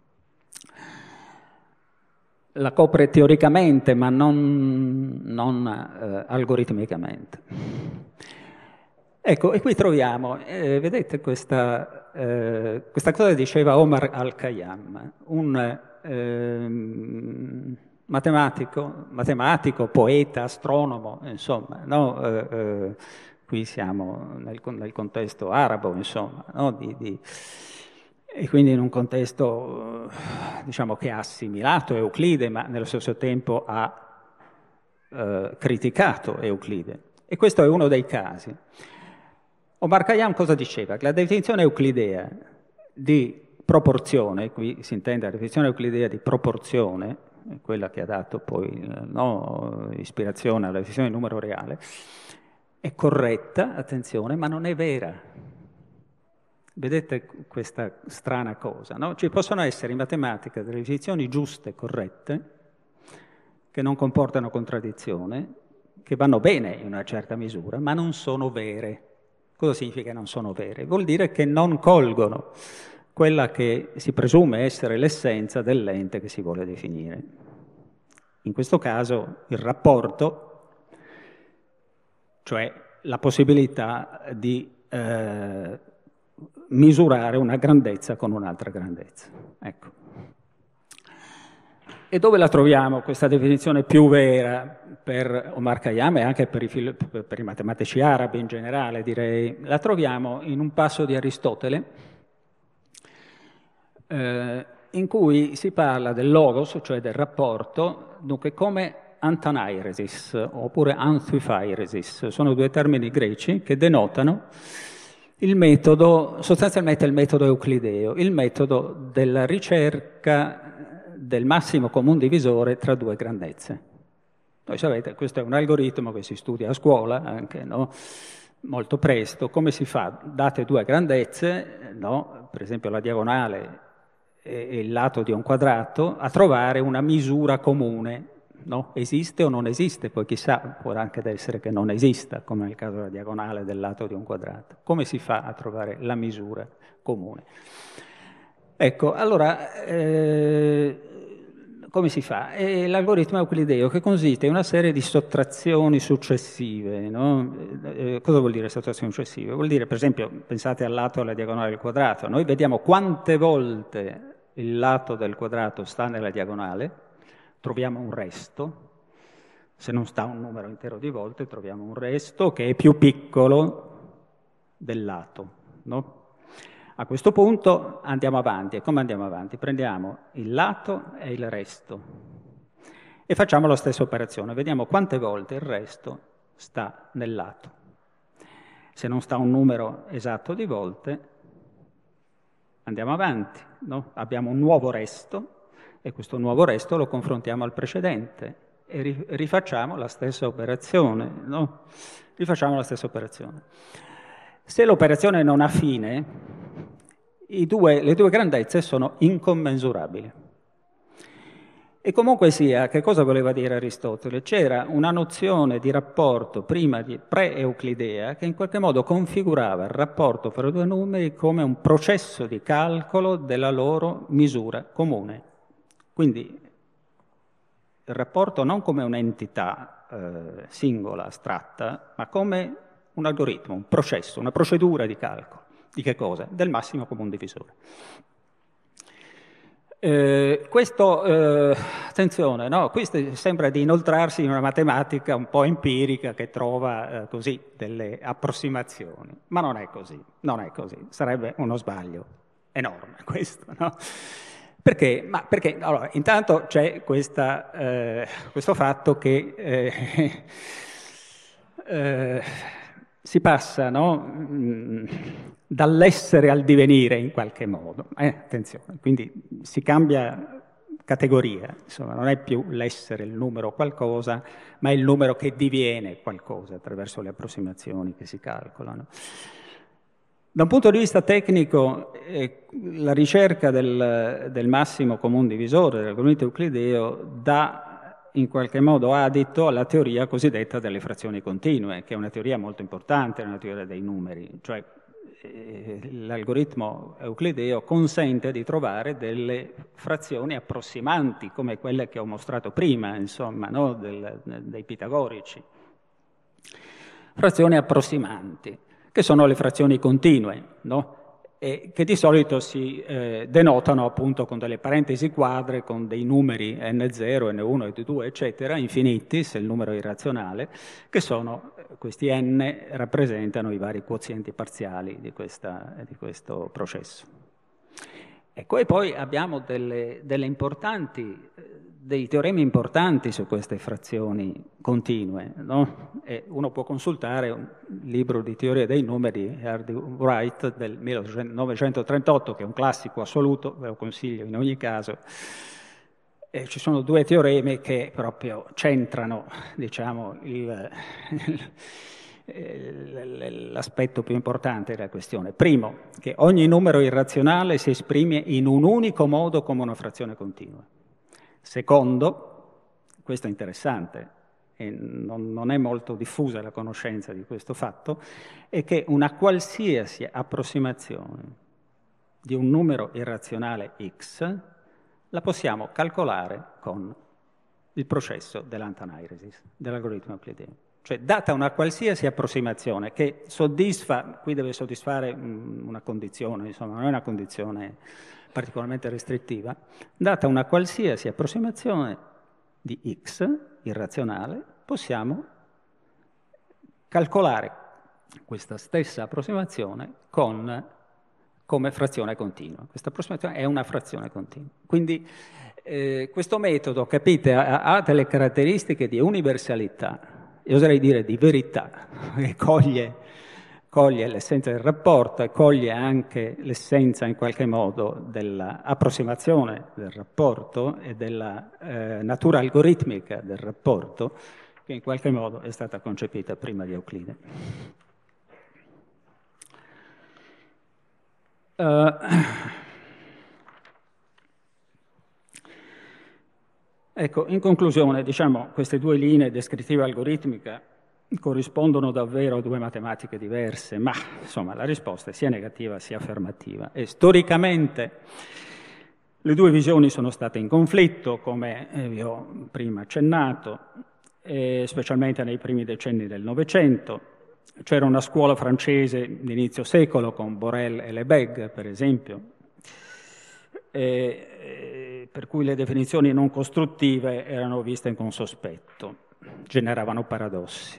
La copre teoricamente, ma non, non eh, algoritmicamente. Ecco, e qui troviamo, eh, vedete, questa, eh, questa cosa diceva Omar al-Khayyam, un eh, matematico, matematico, poeta, astronomo, insomma, no? eh, eh, qui siamo nel, nel contesto arabo, insomma, no? di, di, e quindi in un contesto, diciamo, che ha assimilato Euclide, ma nello stesso tempo ha eh, criticato Euclide. E questo è uno dei casi. Omar Khayyam cosa diceva? Che la definizione euclidea di proporzione, qui si intende la definizione euclidea di proporzione, quella che ha dato poi no, ispirazione alla definizione di numero reale, è corretta, attenzione, ma non è vera. Vedete questa strana cosa, no? Ci possono essere in matematica delle definizioni giuste, corrette, che non comportano contraddizione, che vanno bene in una certa misura, ma non sono vere. Cosa significa che non sono vere? Vuol dire che non colgono quella che si presume essere l'essenza dell'ente che si vuole definire. In questo caso il rapporto, cioè la possibilità di eh, misurare una grandezza con un'altra grandezza. Ecco. E dove la troviamo questa definizione più vera per Omar Khayyam e anche per i, per i matematici arabi in generale, direi? La troviamo in un passo di Aristotele, eh, in cui si parla del logos, cioè del rapporto, dunque come antanairesis oppure anthyphairesis. Sono due termini greci che denotano il metodo, sostanzialmente il metodo euclideo, il metodo della ricerca del massimo comune divisore tra due grandezze. Voi sapete, questo è un algoritmo che si studia a scuola, anche no? Molto presto. Come si fa? Date due grandezze, no? Per esempio la diagonale e il lato di un quadrato, a trovare una misura comune. No? Esiste o non esiste? Poi chissà, può anche essere che non esista, come nel caso della diagonale del lato di un quadrato. Come si fa a trovare la misura comune? Ecco, allora, eh, come si fa? È l'algoritmo euclideo che consiste in una serie di sottrazioni successive. No? Eh, cosa vuol dire sottrazioni successive? Vuol dire, per esempio, pensate al lato e alla diagonale del quadrato. Noi vediamo quante volte il lato del quadrato sta nella diagonale, troviamo un resto. Se non sta un numero intero di volte, troviamo un resto che è più piccolo del lato, no? A questo punto andiamo avanti. E come andiamo avanti? Prendiamo il lato e il resto e facciamo la stessa operazione. Vediamo quante volte il resto sta nel lato. Se non sta un numero esatto di volte, andiamo avanti, no? Abbiamo un nuovo resto e questo nuovo resto lo confrontiamo al precedente e rifacciamo la stessa operazione, no? Rifacciamo la stessa operazione. Se l'operazione non ha fine, I due, le due grandezze sono incommensurabili. E comunque sia, che cosa voleva dire Aristotele? C'era una nozione di rapporto prima di pre-euclidea che in qualche modo configurava il rapporto fra i due numeri come un processo di calcolo della loro misura comune. Quindi il rapporto non come un'entità eh, singola, astratta, ma come un algoritmo, un processo, una procedura di calcolo. Di che cosa? Del massimo comune divisore. Eh, questo, eh, attenzione, no? Questo sembra di inoltrarsi in una matematica un po' empirica che trova eh, così delle approssimazioni, ma non è così, non è così, sarebbe uno sbaglio enorme questo, no? Perché? Ma perché, allora, intanto c'è questa, eh, questo fatto che eh, eh, si passa, no? Mm, dall'essere al divenire in qualche modo, eh, attenzione, quindi si cambia categoria, insomma non è più l'essere, il numero qualcosa, ma è il numero che diviene qualcosa attraverso le approssimazioni che si calcolano. Da un punto di vista tecnico, eh, la ricerca del, del massimo comune divisore dell'algoritmo euclideo dà in qualche modo adito alla teoria cosiddetta delle frazioni continue, che è una teoria molto importante, è una teoria dei numeri, cioè eh, l'algoritmo euclideo consente di trovare delle frazioni approssimanti, come quelle che ho mostrato prima, insomma, no? Del, dei pitagorici. Frazioni approssimanti, che sono le frazioni continue, no? E che di solito si eh, denotano appunto con delle parentesi quadre, con dei numeri n zero, n uno, n due, eccetera, infiniti, se il numero è irrazionale, che sono, questi n rappresentano i vari quozienti parziali di, questa, di questo processo. Ecco, e poi abbiamo delle, delle importanti, dei teoremi importanti su queste frazioni continue, no? E uno può consultare un libro di teoria dei numeri di Hardy Wright del millenovecentotrentotto, che è un classico assoluto, ve lo consiglio in ogni caso. E ci sono due teoremi che proprio centrano, diciamo, il, l'aspetto più importante della questione. Primo, che ogni numero irrazionale si esprime in un unico modo come una frazione continua. Secondo, questo è interessante, e non, non è molto diffusa la conoscenza di questo fatto, è che una qualsiasi approssimazione di un numero irrazionale x la possiamo calcolare con il processo dell'antanairesis, dell'algoritmo euclideo. Cioè, data una qualsiasi approssimazione che soddisfa, qui deve soddisfare una condizione, insomma, non è una condizione particolarmente restrittiva, data una qualsiasi approssimazione di x irrazionale, possiamo calcolare questa stessa approssimazione con, come frazione continua. Questa approssimazione è una frazione continua. Quindi eh, questo metodo, capite, ha, ha delle caratteristiche di universalità, io oserei dire di verità, che coglie, coglie l'essenza del rapporto e coglie anche l'essenza in qualche modo dell'approssimazione del rapporto e della eh, natura algoritmica del rapporto, che in qualche modo è stata concepita prima di Euclide. Uh, ecco, in conclusione, diciamo, queste due linee descrittiva algoritmica corrispondono davvero a due matematiche diverse, ma insomma la risposta è sia negativa sia affermativa. E storicamente le due visioni sono state in conflitto, come vi ho prima accennato, e specialmente nei primi decenni del Novecento. C'era una scuola francese di inizio secolo con Borel e Lebesgue, per esempio, e, e, per cui le definizioni non costruttive erano viste con sospetto, generavano paradossi.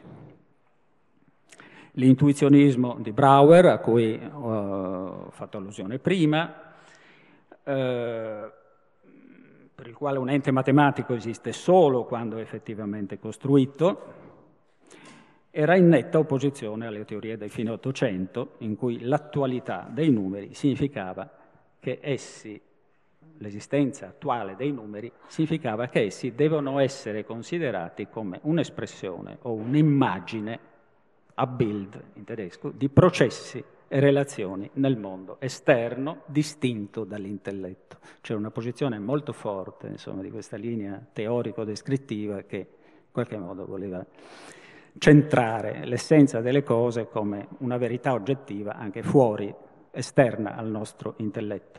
L'intuizionismo di Brouwer, a cui ho fatto allusione prima, eh, per il quale un ente matematico esiste solo quando è effettivamente costruito, era in netta opposizione alle teorie del fine Ottocento, in cui l'attualità dei numeri significava che essi, l'esistenza attuale dei numeri, significava che essi devono essere considerati come un'espressione o un'immagine, Abbild in tedesco, di processi e relazioni nel mondo esterno distinto dall'intelletto. C'è una posizione molto forte, insomma, di questa linea teorico-descrittiva che in qualche modo voleva centrare l'essenza delle cose come una verità oggettiva anche fuori, esterna al nostro intelletto.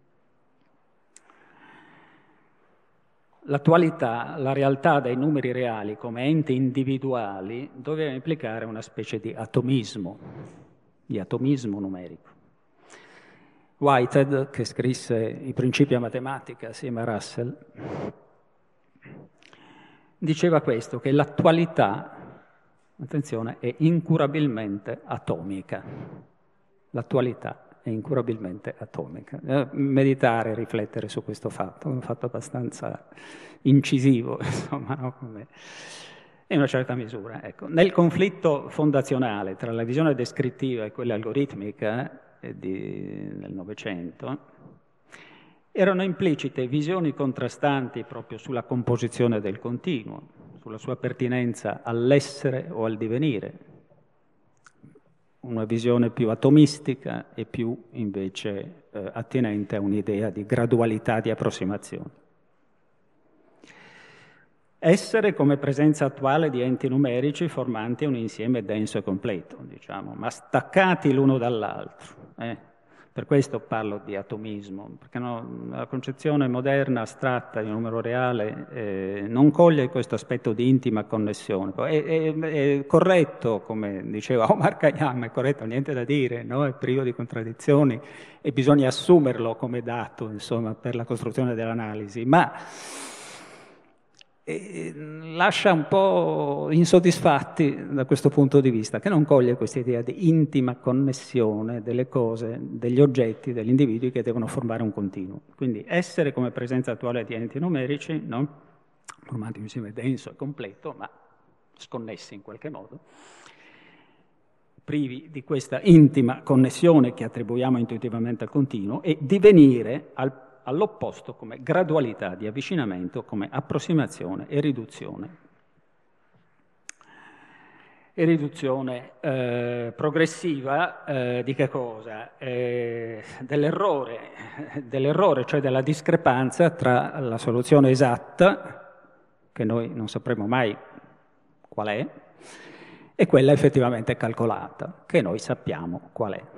L'attualità, la realtà dei numeri reali come enti individuali doveva implicare una specie di atomismo, di atomismo numerico. Whitehead, che scrisse I principi a matematica assieme a Russell, diceva questo, che l'attualità, attenzione, è incurabilmente atomica. L'attualità è incurabilmente atomica. Eh, meditare, riflettere su questo fatto, è un fatto abbastanza incisivo, insomma, no? Come in una certa misura. Ecco. Nel conflitto fondazionale tra la visione descrittiva e quella algoritmica eh, di, del Novecento, erano implicite visioni contrastanti proprio sulla composizione del continuo, sulla sua pertinenza all'essere o al divenire, una visione più atomistica e più invece eh, attinente a un'idea di gradualità di approssimazione. Essere come presenza attuale di enti numerici formanti un insieme denso e completo, diciamo, ma staccati l'uno dall'altro. Eh. Per questo parlo di atomismo, perché no, la concezione moderna astratta di un numero reale eh, non coglie questo aspetto di intima connessione. È, è, è corretto, come diceva Omar Khayyam, è corretto, niente da dire, no? È privo di contraddizioni e bisogna assumerlo come dato, insomma, per la costruzione dell'analisi, ma e lascia un po' insoddisfatti da questo punto di vista, che non coglie questa idea di intima connessione delle cose, degli oggetti, degli individui che devono formare un continuo. Quindi essere come presenza attuale di enti numerici, no? Formanti un insieme denso e completo, ma sconnessi in qualche modo, privi di questa intima connessione che attribuiamo intuitivamente al continuo, e divenire al all'opposto come gradualità di avvicinamento, come approssimazione e riduzione. E riduzione eh, progressiva eh, di che cosa? Eh, dell'errore, dell'errore, cioè della discrepanza tra la soluzione esatta, che noi non sapremo mai qual è, e quella effettivamente calcolata, che noi sappiamo qual è.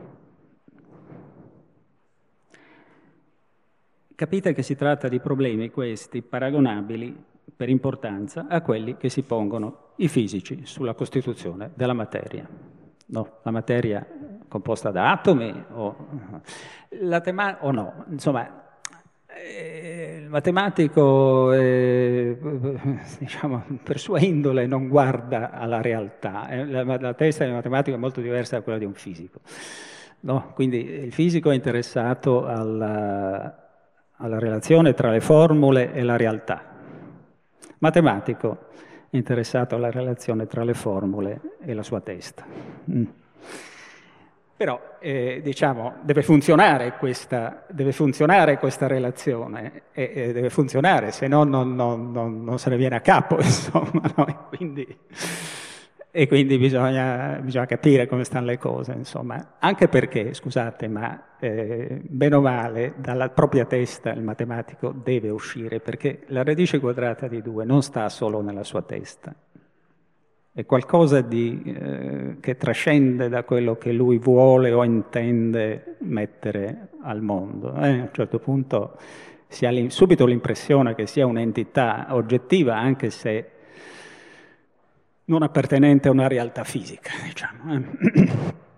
Capite che si tratta di problemi questi paragonabili per importanza a quelli che si pongono i fisici sulla costituzione della materia. No, la materia composta da atomi o, la tema- o no, insomma, eh, il matematico eh, diciamo, per sua indole non guarda alla realtà, eh, la, la testa del matematico è molto diversa da quella di un fisico. No? Quindi il fisico è interessato alla alla relazione tra le formule e la realtà. Matematico è interessato alla relazione tra le formule e la sua testa. Mm. Però, eh, diciamo, deve funzionare questa, deve funzionare questa relazione, e, e deve funzionare, se no non, non, non, non se ne viene a capo, insomma, no? E quindi... E quindi bisogna, bisogna capire come stanno le cose, insomma. Anche perché, scusate, ma eh, bene o male, dalla propria testa il matematico deve uscire, perché la radice quadrata di due non sta solo nella sua testa. È qualcosa di, eh, che trascende da quello che lui vuole o intende mettere al mondo. Eh? A un certo punto si ha subito l'impressione che sia un'entità oggettiva, anche se non appartenente a una realtà fisica, diciamo. Eh.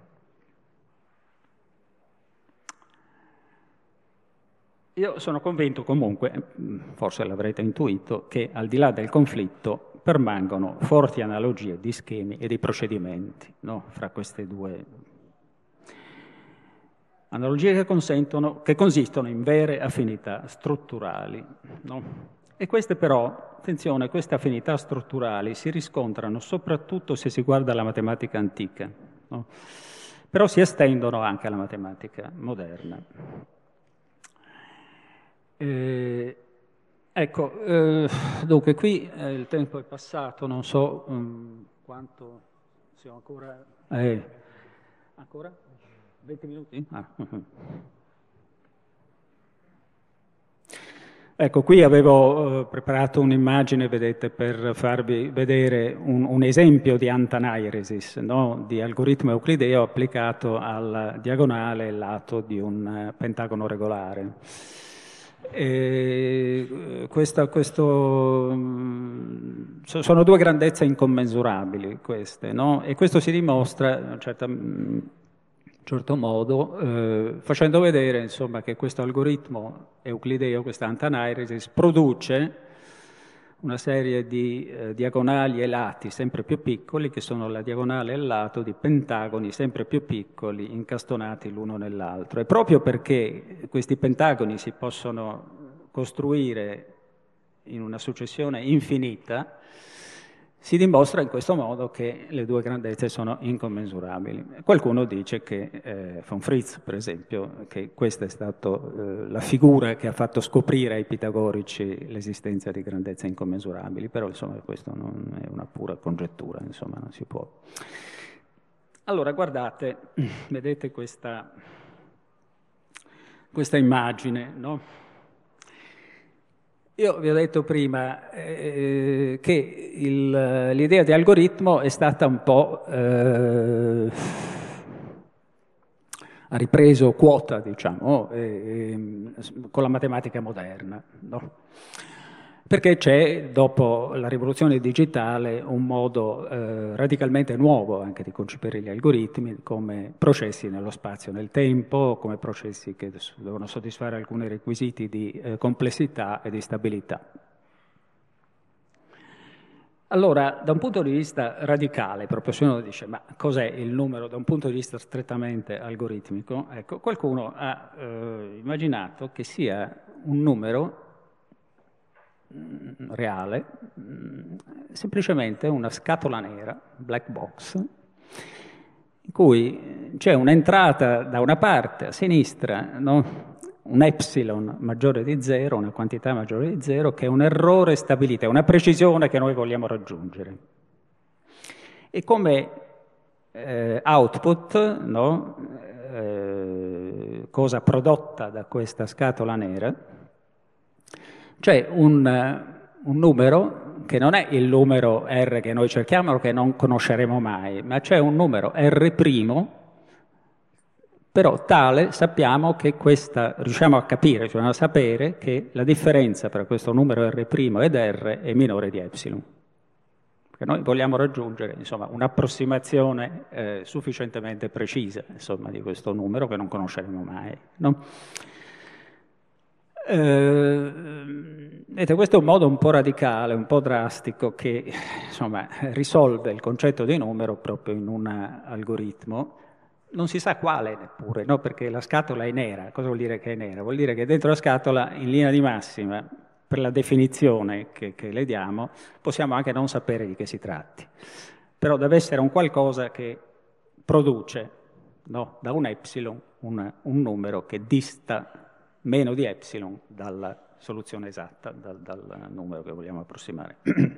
Io sono convinto comunque, forse l'avrete intuito, che al di là del conflitto permangono forti analogie di schemi e di procedimenti, no? Fra queste due analogie che, consentono, che consistono in vere affinità strutturali, no? E queste però, attenzione, queste affinità strutturali si riscontrano soprattutto se si guarda la matematica antica, no? Però si estendono anche alla matematica moderna. Eh, ecco, eh, dunque qui eh, il tempo è passato, non so um, quanto siamo ancora... Eh, ancora? venti minuti? Ah. Uh-huh. Ecco, qui avevo eh, preparato un'immagine, vedete, per farvi vedere un, un esempio di antanairesis, no? Di algoritmo euclideo applicato alla diagonale lato di un uh, pentagono regolare. E questa, questo, sono due grandezze incommensurabili queste, no? E questo si dimostra in un certo, in certo modo eh, facendo vedere, insomma, che questo algoritmo euclideo, questa antanairesis, produce una serie di eh, diagonali e lati sempre più piccoli, che sono la diagonale e il lato di pentagoni sempre più piccoli incastonati l'uno nell'altro. E proprio perché questi pentagoni si possono costruire in una successione infinita, si dimostra in questo modo che le due grandezze sono incommensurabili. Qualcuno dice che, eh, von Fritz per esempio, che questa è stata eh, la figura che ha fatto scoprire ai pitagorici l'esistenza di grandezze incommensurabili, però insomma questo non è una pura congettura, insomma non si può. Allora guardate, vedete questa, questa immagine, no? Io vi ho detto prima eh, che l'idea di algoritmo è stata un po'... Eh, ha ripreso quota, diciamo, eh, con la matematica moderna, no? Perché c'è, dopo la rivoluzione digitale, un modo eh, radicalmente nuovo anche di concepire gli algoritmi come processi nello spazio e nel tempo, come processi che devono soddisfare alcuni requisiti di eh, complessità e di stabilità. Allora, da un punto di vista radicale, proprio se uno dice, ma cos'è il numero da un punto di vista strettamente algoritmico? Ecco, qualcuno ha eh, immaginato che sia un numero reale, semplicemente una scatola nera, black box, in cui c'è un'entrata da una parte a sinistra, no? Un epsilon maggiore di zero, una quantità maggiore di zero, che è un errore stabilito, è una precisione che noi vogliamo raggiungere. E come eh, output, no? eh, cosa prodotta da questa scatola nera, c'è un, un numero che non è il numero R che noi cerchiamo o che non conosceremo mai, ma c'è un numero R', però tale sappiamo che questa, riusciamo a capire, cioè a sapere che la differenza tra questo numero R' ed R è minore di epsilon. Perché noi vogliamo raggiungere, insomma, un'approssimazione eh, sufficientemente precisa, insomma, di questo numero che non conosceremo mai, no? Eh, vedete, questo è un modo un po' radicale, un po' drastico che insomma risolve il concetto di numero proprio in un algoritmo, non si sa quale neppure, no? Perché la scatola è nera. Cosa vuol dire che è nera? Vuol dire che dentro la scatola, in linea di massima, per la definizione che, che le diamo, possiamo anche non sapere di che si tratti, però deve essere un qualcosa che produce, no? Da un epsilon un, un numero che dista meno di epsilon dalla soluzione esatta, dal, dal numero che vogliamo approssimare.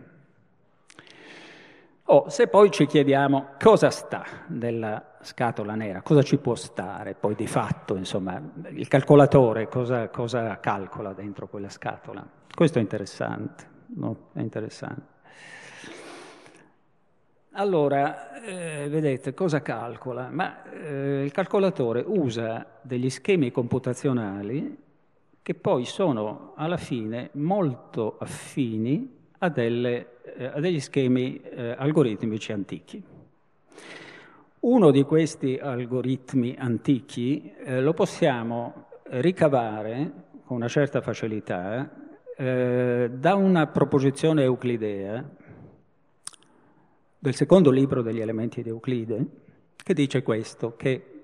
Oh, se poi ci chiediamo cosa sta nella scatola nera, cosa ci può stare poi di fatto, insomma, il calcolatore cosa, cosa calcola dentro quella scatola? Questo è interessante, no? È interessante. Allora, eh, vedete, cosa calcola? Ma eh, il calcolatore usa degli schemi computazionali che poi sono alla fine molto affini a, delle, eh, a degli schemi eh, algoritmici antichi. Uno di questi algoritmi antichi eh, lo possiamo ricavare con una certa facilità eh, da una proposizione euclidea del secondo libro degli elementi di Euclide, che dice questo, che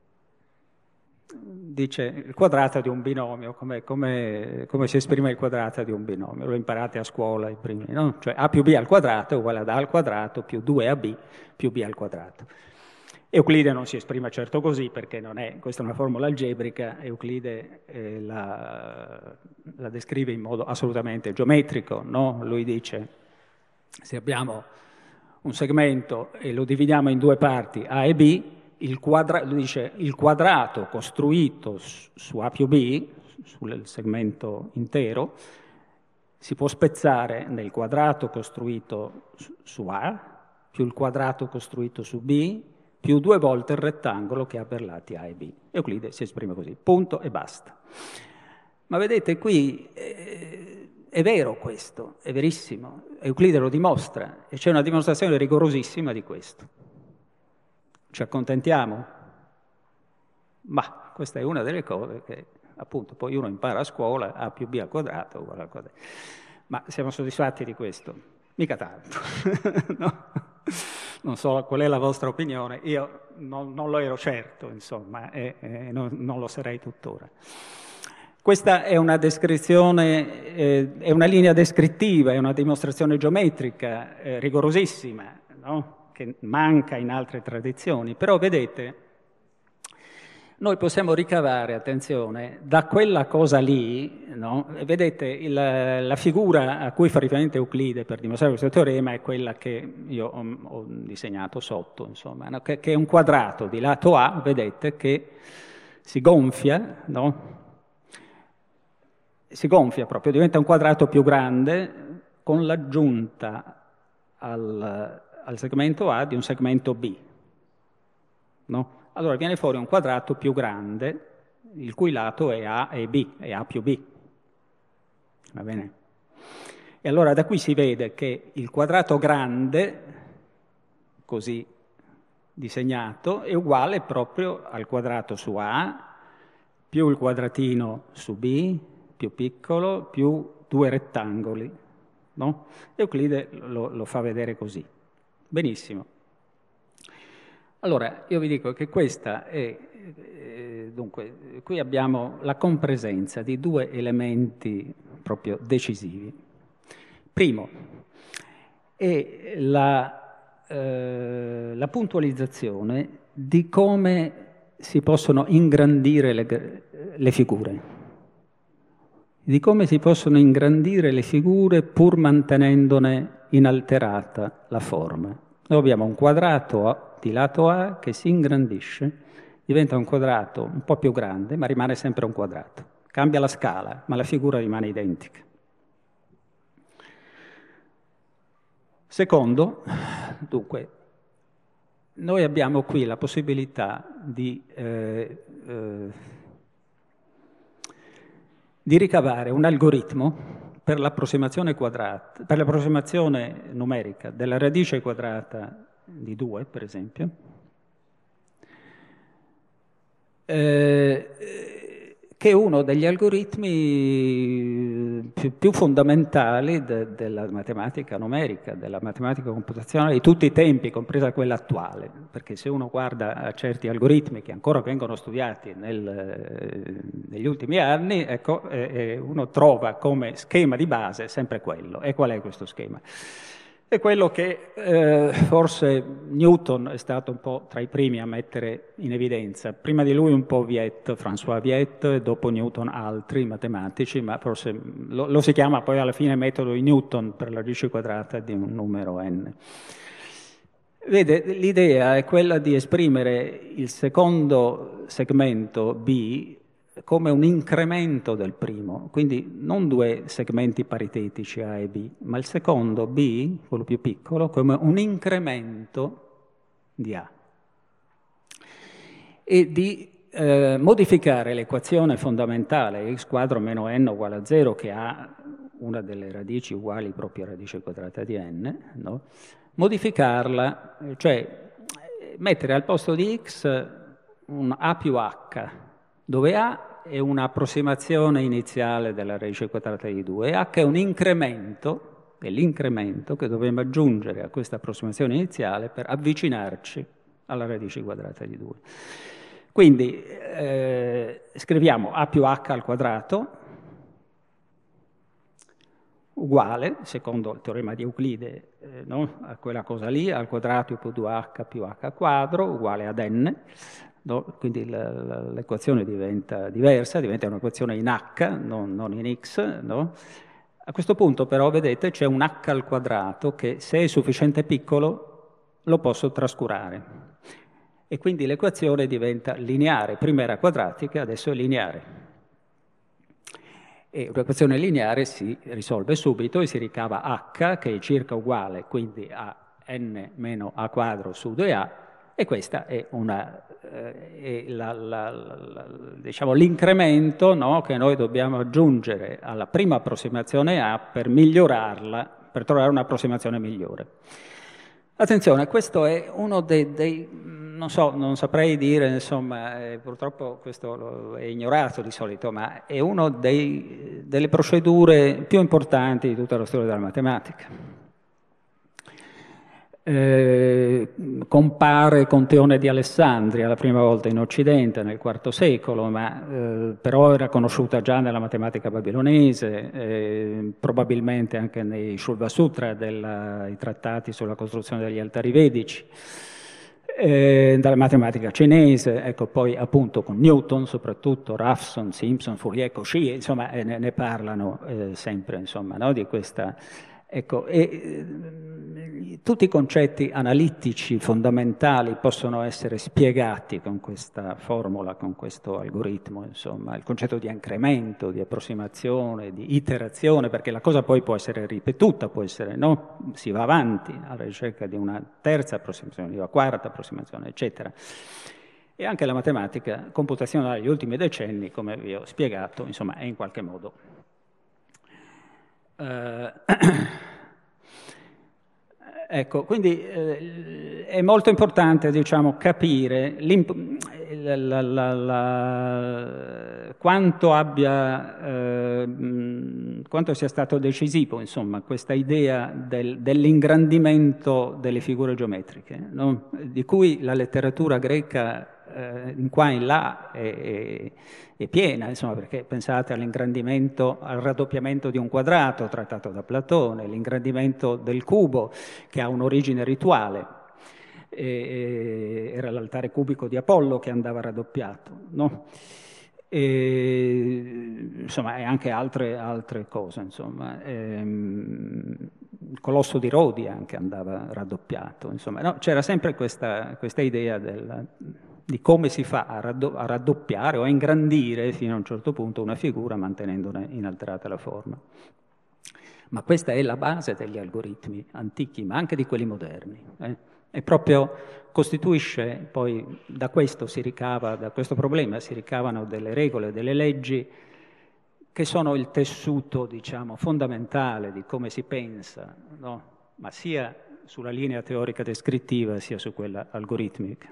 dice il quadrato di un binomio, come, come, come si esprime il quadrato di un binomio, lo imparate a scuola i primi, no? Cioè a più b al quadrato è uguale ad a al quadrato più due a b più b al quadrato. Euclide non si esprime certo così perché non è, questa è una formula algebrica, Euclide eh, la, la descrive in modo assolutamente geometrico, no? Lui dice, se abbiamo un segmento e lo dividiamo in due parti A e B, il, quadra dice, il quadrato costruito su A più B, sul segmento intero, si può spezzare nel quadrato costruito su A più il quadrato costruito su B più due volte il rettangolo che ha per lati A e B. Euclide si esprime così, punto e basta. Ma vedete qui eh, è vero questo, è verissimo, Euclide lo dimostra e c'è una dimostrazione rigorosissima di questo. Ci accontentiamo? Ma questa è una delle cose che appunto poi uno impara a scuola, A più B al quadrato uguale al quadrato. Ma siamo soddisfatti di questo? Mica tanto. No? Non so qual è la vostra opinione, io non, non lo ero certo, insomma, e, e non, non lo sarei tuttora. Questa è una descrizione, eh, è una linea descrittiva, è una dimostrazione geometrica eh, rigorosissima, no? Che manca in altre tradizioni, però vedete, noi possiamo ricavare, attenzione, da quella cosa lì, no? Vedete, il, la figura a cui fa riferimento Euclide per dimostrare questo teorema è quella che io ho, ho disegnato sotto, insomma, no? che, che è un quadrato di lato A, vedete, che si gonfia, no? Si gonfia proprio, diventa un quadrato più grande con l'aggiunta al, al segmento A di un segmento B, no? Allora viene fuori un quadrato più grande, il cui lato è A e B, è A più B. Va bene? E allora da qui si vede che il quadrato grande, così disegnato, è uguale proprio al quadrato su A, più il quadratino su B, più piccolo, più due rettangoli, no? Euclide lo, lo fa vedere così. Benissimo. Allora, io vi dico che questa è, eh, dunque, qui abbiamo la compresenza di due elementi proprio decisivi. Primo, è la, eh, la puntualizzazione di come si possono ingrandire le, le figure, di come si possono ingrandire le figure pur mantenendone inalterata la forma. Noi abbiamo un quadrato di lato A che si ingrandisce, diventa un quadrato un po' più grande, ma rimane sempre un quadrato. Cambia la scala, ma la figura rimane identica. Secondo, dunque, noi abbiamo qui la possibilità di, eh, eh, di ricavare un algoritmo per l'approssimazione quadrata, per l'approssimazione numerica della radice quadrata di due, per esempio, eh, che è uno degli algoritmi più, più fondamentali de, della matematica numerica, della matematica computazionale di tutti i tempi, compresa quella attuale, perché se uno guarda a certi algoritmi che ancora vengono studiati nel, negli ultimi anni, ecco, eh, uno trova come schema di base sempre quello. E qual è questo schema? È quello che eh, forse Newton è stato un po' tra i primi a mettere in evidenza. Prima di lui un po' Viet, François Viet, e dopo Newton altri matematici, ma forse lo, lo si chiama poi alla fine metodo di Newton per la radice quadrata di un numero n. Vede, l'idea è quella di esprimere il secondo segmento B come un incremento del primo, quindi non due segmenti paritetici A e B, ma il secondo B, quello più piccolo, come un incremento di A. E di eh, modificare l'equazione fondamentale x quadro meno n uguale a zero, che ha una delle radici uguali proprio a radice quadrata di n, no? Modificarla, cioè mettere al posto di x un A più h, dove A è un'approssimazione iniziale della radice quadrata di due e h è un incremento, è l'incremento che dobbiamo aggiungere a questa approssimazione iniziale per avvicinarci alla radice quadrata di due. Quindi eh, scriviamo A più h al quadrato uguale, secondo il teorema di Euclide, eh, no? a quella cosa lì, al quadrato più due h più h quadro uguale ad n. No? Quindi l'equazione diventa diversa, diventa un'equazione in h, non, non in x. No? A questo punto però, vedete, c'è un h al quadrato che, se è sufficiente piccolo, lo posso trascurare. e quindi l'equazione diventa lineare. Prima era quadratica, adesso è lineare. E un'equazione lineare si risolve subito e si ricava h, che è circa uguale quindi a n meno a quadro su due a, e questa è una... Eh, la, la, la, diciamo, l'incremento, no, che noi dobbiamo aggiungere alla prima approssimazione A per migliorarla, per trovare un'approssimazione migliore. Attenzione, questo è uno dei, dei non so, non saprei dire, insomma, eh, purtroppo questo è ignorato di solito, ma è una delle procedure più importanti di tutta la storia della matematica. Eh, compare con Teone di Alessandria la prima volta in Occidente nel quarto secolo, ma eh, però era conosciuta già nella matematica babilonese, eh, probabilmente anche nei Shulva Sutra, dei trattati sulla costruzione degli altari vedici, eh, dalla matematica cinese, ecco, poi appunto con Newton soprattutto, Raphson, Simpson, Fourier, Cauchy, insomma eh, ne, ne parlano eh, sempre, insomma, no, di questa... Ecco, e, eh, tutti i concetti analitici fondamentali possono essere spiegati con questa formula, con questo algoritmo, insomma, il concetto di incremento, di approssimazione, di iterazione, perché la cosa poi può essere ripetuta, può essere, no? Si va avanti alla ricerca di una terza approssimazione, di una quarta approssimazione, eccetera. E anche la matematica computazionale negli ultimi decenni, come vi ho spiegato, insomma, è in qualche modo... Uh, ecco, quindi eh, è molto importante, diciamo, capire la, la, la, la, quanto abbia, eh, quanto sia stato decisivo, insomma, questa idea del, dell'ingrandimento delle figure geometriche, no? Di cui la letteratura greca eh, in qua e in là è, è, è piena, insomma, perché pensate all'ingrandimento, al raddoppiamento di un quadrato trattato da Platone, l'ingrandimento del cubo che ha un'origine rituale, e, e, era l'altare cubico di Apollo che andava raddoppiato, no? E, insomma, e anche altre, altre cose, insomma. Ehm, il colosso di Rodi anche andava raddoppiato, insomma, no? C'era sempre questa, questa idea del... di come si fa a, raddo- a raddoppiare o a ingrandire fino a un certo punto una figura mantenendone inalterata la forma. Ma questa è la base degli algoritmi antichi, ma anche di quelli moderni. Eh? E proprio costituisce, poi da questo si ricava, da questo problema si ricavano delle regole, delle leggi che sono il tessuto, diciamo, fondamentale di come si pensa, no? Ma sia sulla linea teorica descrittiva sia su quella algoritmica.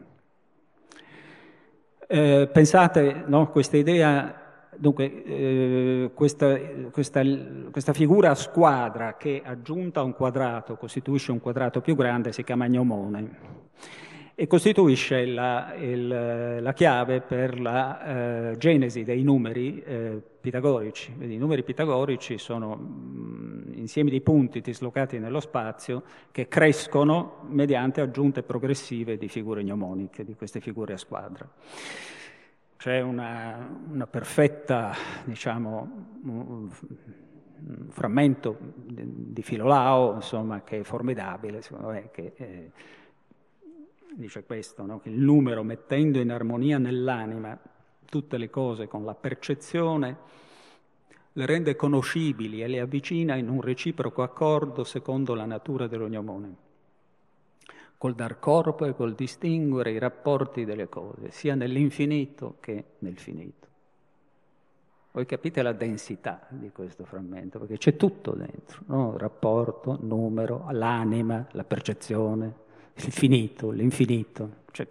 Eh, pensate, no, questa idea, dunque, eh, questa, questa, questa figura a squadra che aggiunta a un quadrato costituisce un quadrato più grande si chiama gnomone e costituisce la, il, la chiave per la eh, genesi dei numeri eh, pitagorici. Vedi, i numeri pitagorici sono mh, insiemi di punti dislocati nello spazio che crescono mediante aggiunte progressive di figure gnomoniche, di queste figure a squadra. C'è una, una perfetta, diciamo, un, un frammento di, di Filolao, insomma, che è formidabile, secondo me, che eh, dice questo, no? Che il numero, mettendo in armonia nell'anima tutte le cose con la percezione, le rende conoscibili e le avvicina in un reciproco accordo secondo la natura dell'ognomone, col dar corpo e col distinguere i rapporti delle cose, sia nell'infinito che nel finito. Voi capite la densità di questo frammento, perché c'è tutto dentro, no? Rapporto, numero, l'anima, la percezione, il finito, l'infinito. Cioè,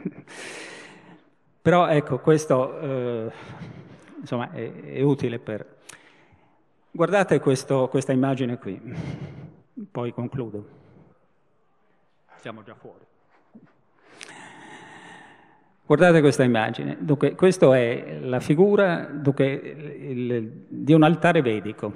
però ecco, questo eh, insomma è, è utile per... Guardate questo, questa immagine qui, poi concludo. Siamo già fuori. Guardate questa immagine. Dunque, questa è la figura dunque, il, di un altare vedico.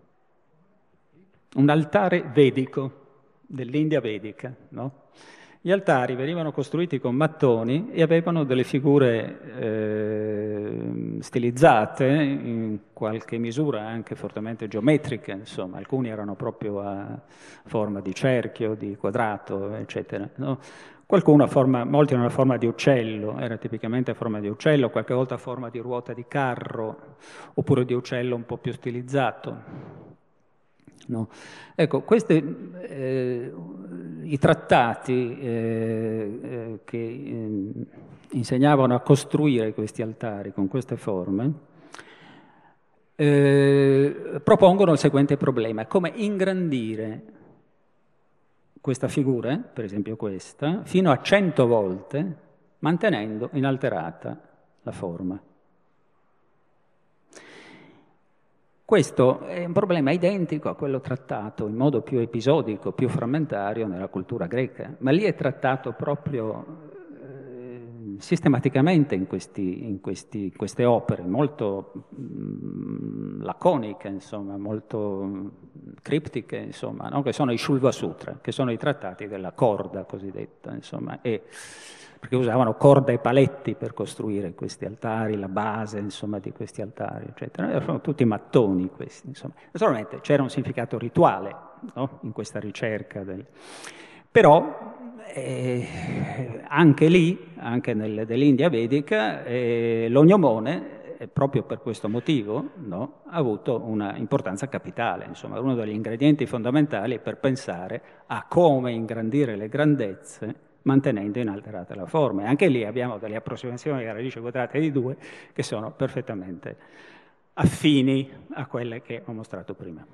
Un altare vedico dell'India vedica, no? Gli altari venivano costruiti con mattoni e avevano delle figure eh, stilizzate, in qualche misura anche fortemente geometriche, insomma, alcuni erano proprio a forma di cerchio, di quadrato, eccetera, no? Qualcuno a forma, molti hanno una forma di uccello, era tipicamente a forma di uccello, qualche volta a forma di ruota di carro, oppure di uccello un po' più stilizzato. No. Ecco, questi, eh, i trattati eh, eh, che eh, insegnavano a costruire questi altari con queste forme, eh, propongono il seguente problema: come ingrandire questa figura, per esempio questa, fino a cento volte, mantenendo inalterata la forma. Questo è un problema identico a quello trattato in modo più episodico, più frammentario nella cultura greca, ma lì è trattato proprio eh, sistematicamente in, questi, in questi, queste opere, molto mh, laconiche, insomma, molto criptiche, insomma, no? Che sono i Shulva Sutra, che sono i trattati della corda cosiddetta, insomma, e perché usavano corda e paletti per costruire questi altari, la base, insomma, di questi altari, eccetera. Erano tutti mattoni questi, insomma. Naturalmente c'era un significato rituale, no? In questa ricerca. Del... Però eh, anche lì, anche nell'India vedica, eh, l'ognomone, eh, proprio per questo motivo, no? Ha avuto una importanza capitale, insomma, uno degli ingredienti fondamentali per pensare a come ingrandire le grandezze mantenendo inalterata la forma. E anche lì abbiamo delle approssimazioni alla radice quadrata di due che sono perfettamente affini a quelle che ho mostrato prima.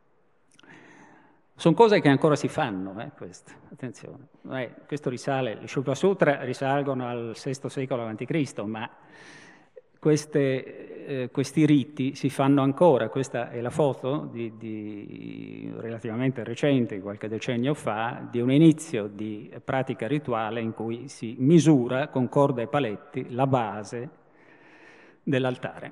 Sono cose che ancora si fanno, eh, queste. Attenzione. Eh, questo risale, le Shulva Sutra risalgono al sesto secolo avanti Cristo, ma Queste, eh, questi riti si fanno ancora. Questa è la foto di, di, relativamente recente, qualche decennio fa, di un inizio di pratica rituale in cui si misura con corda e paletti la base dell'altare.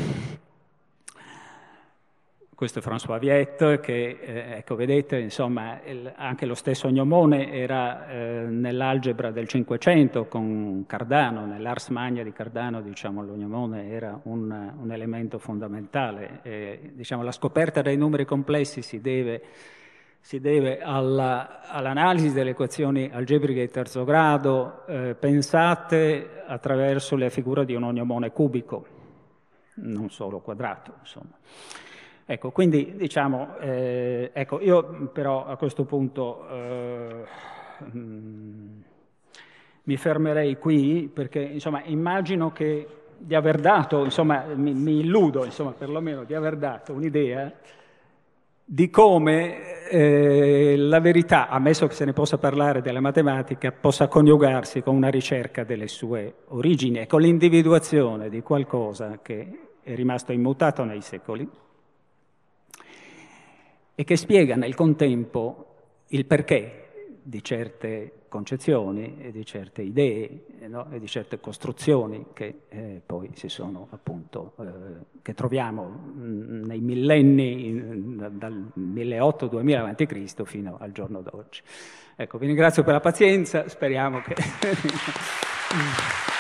Questo è François Viette, che, eh, ecco, vedete, insomma, il, anche lo stesso ognomone era eh, nell'algebra del Cinquecento con Cardano, nell'Ars Magna di Cardano, diciamo, l'ognomone era un, un elemento fondamentale. E, diciamo, la scoperta dei numeri complessi si deve, si deve alla, all'analisi delle equazioni algebriche di terzo grado eh, pensate attraverso la figura di un ognomone cubico, non solo quadrato, insomma. Ecco, quindi diciamo, eh, ecco, io però a questo punto eh, mh, mi fermerei qui perché, insomma, immagino che di aver dato, insomma, mi, mi illudo, insomma, perlomeno di aver dato un'idea di come eh, la verità, ammesso che se ne possa parlare della matematica, possa coniugarsi con una ricerca delle sue origini e con l'individuazione di qualcosa che è rimasto immutato nei secoli e che spiega nel contempo il perché di certe concezioni e di certe idee, no? E di certe costruzioni che eh, poi si sono appunto, eh, che troviamo mh, nei millenni, in, dal milleottocento duemila avanti Cristo fino al giorno d'oggi. Ecco, vi ringrazio per la pazienza, speriamo che...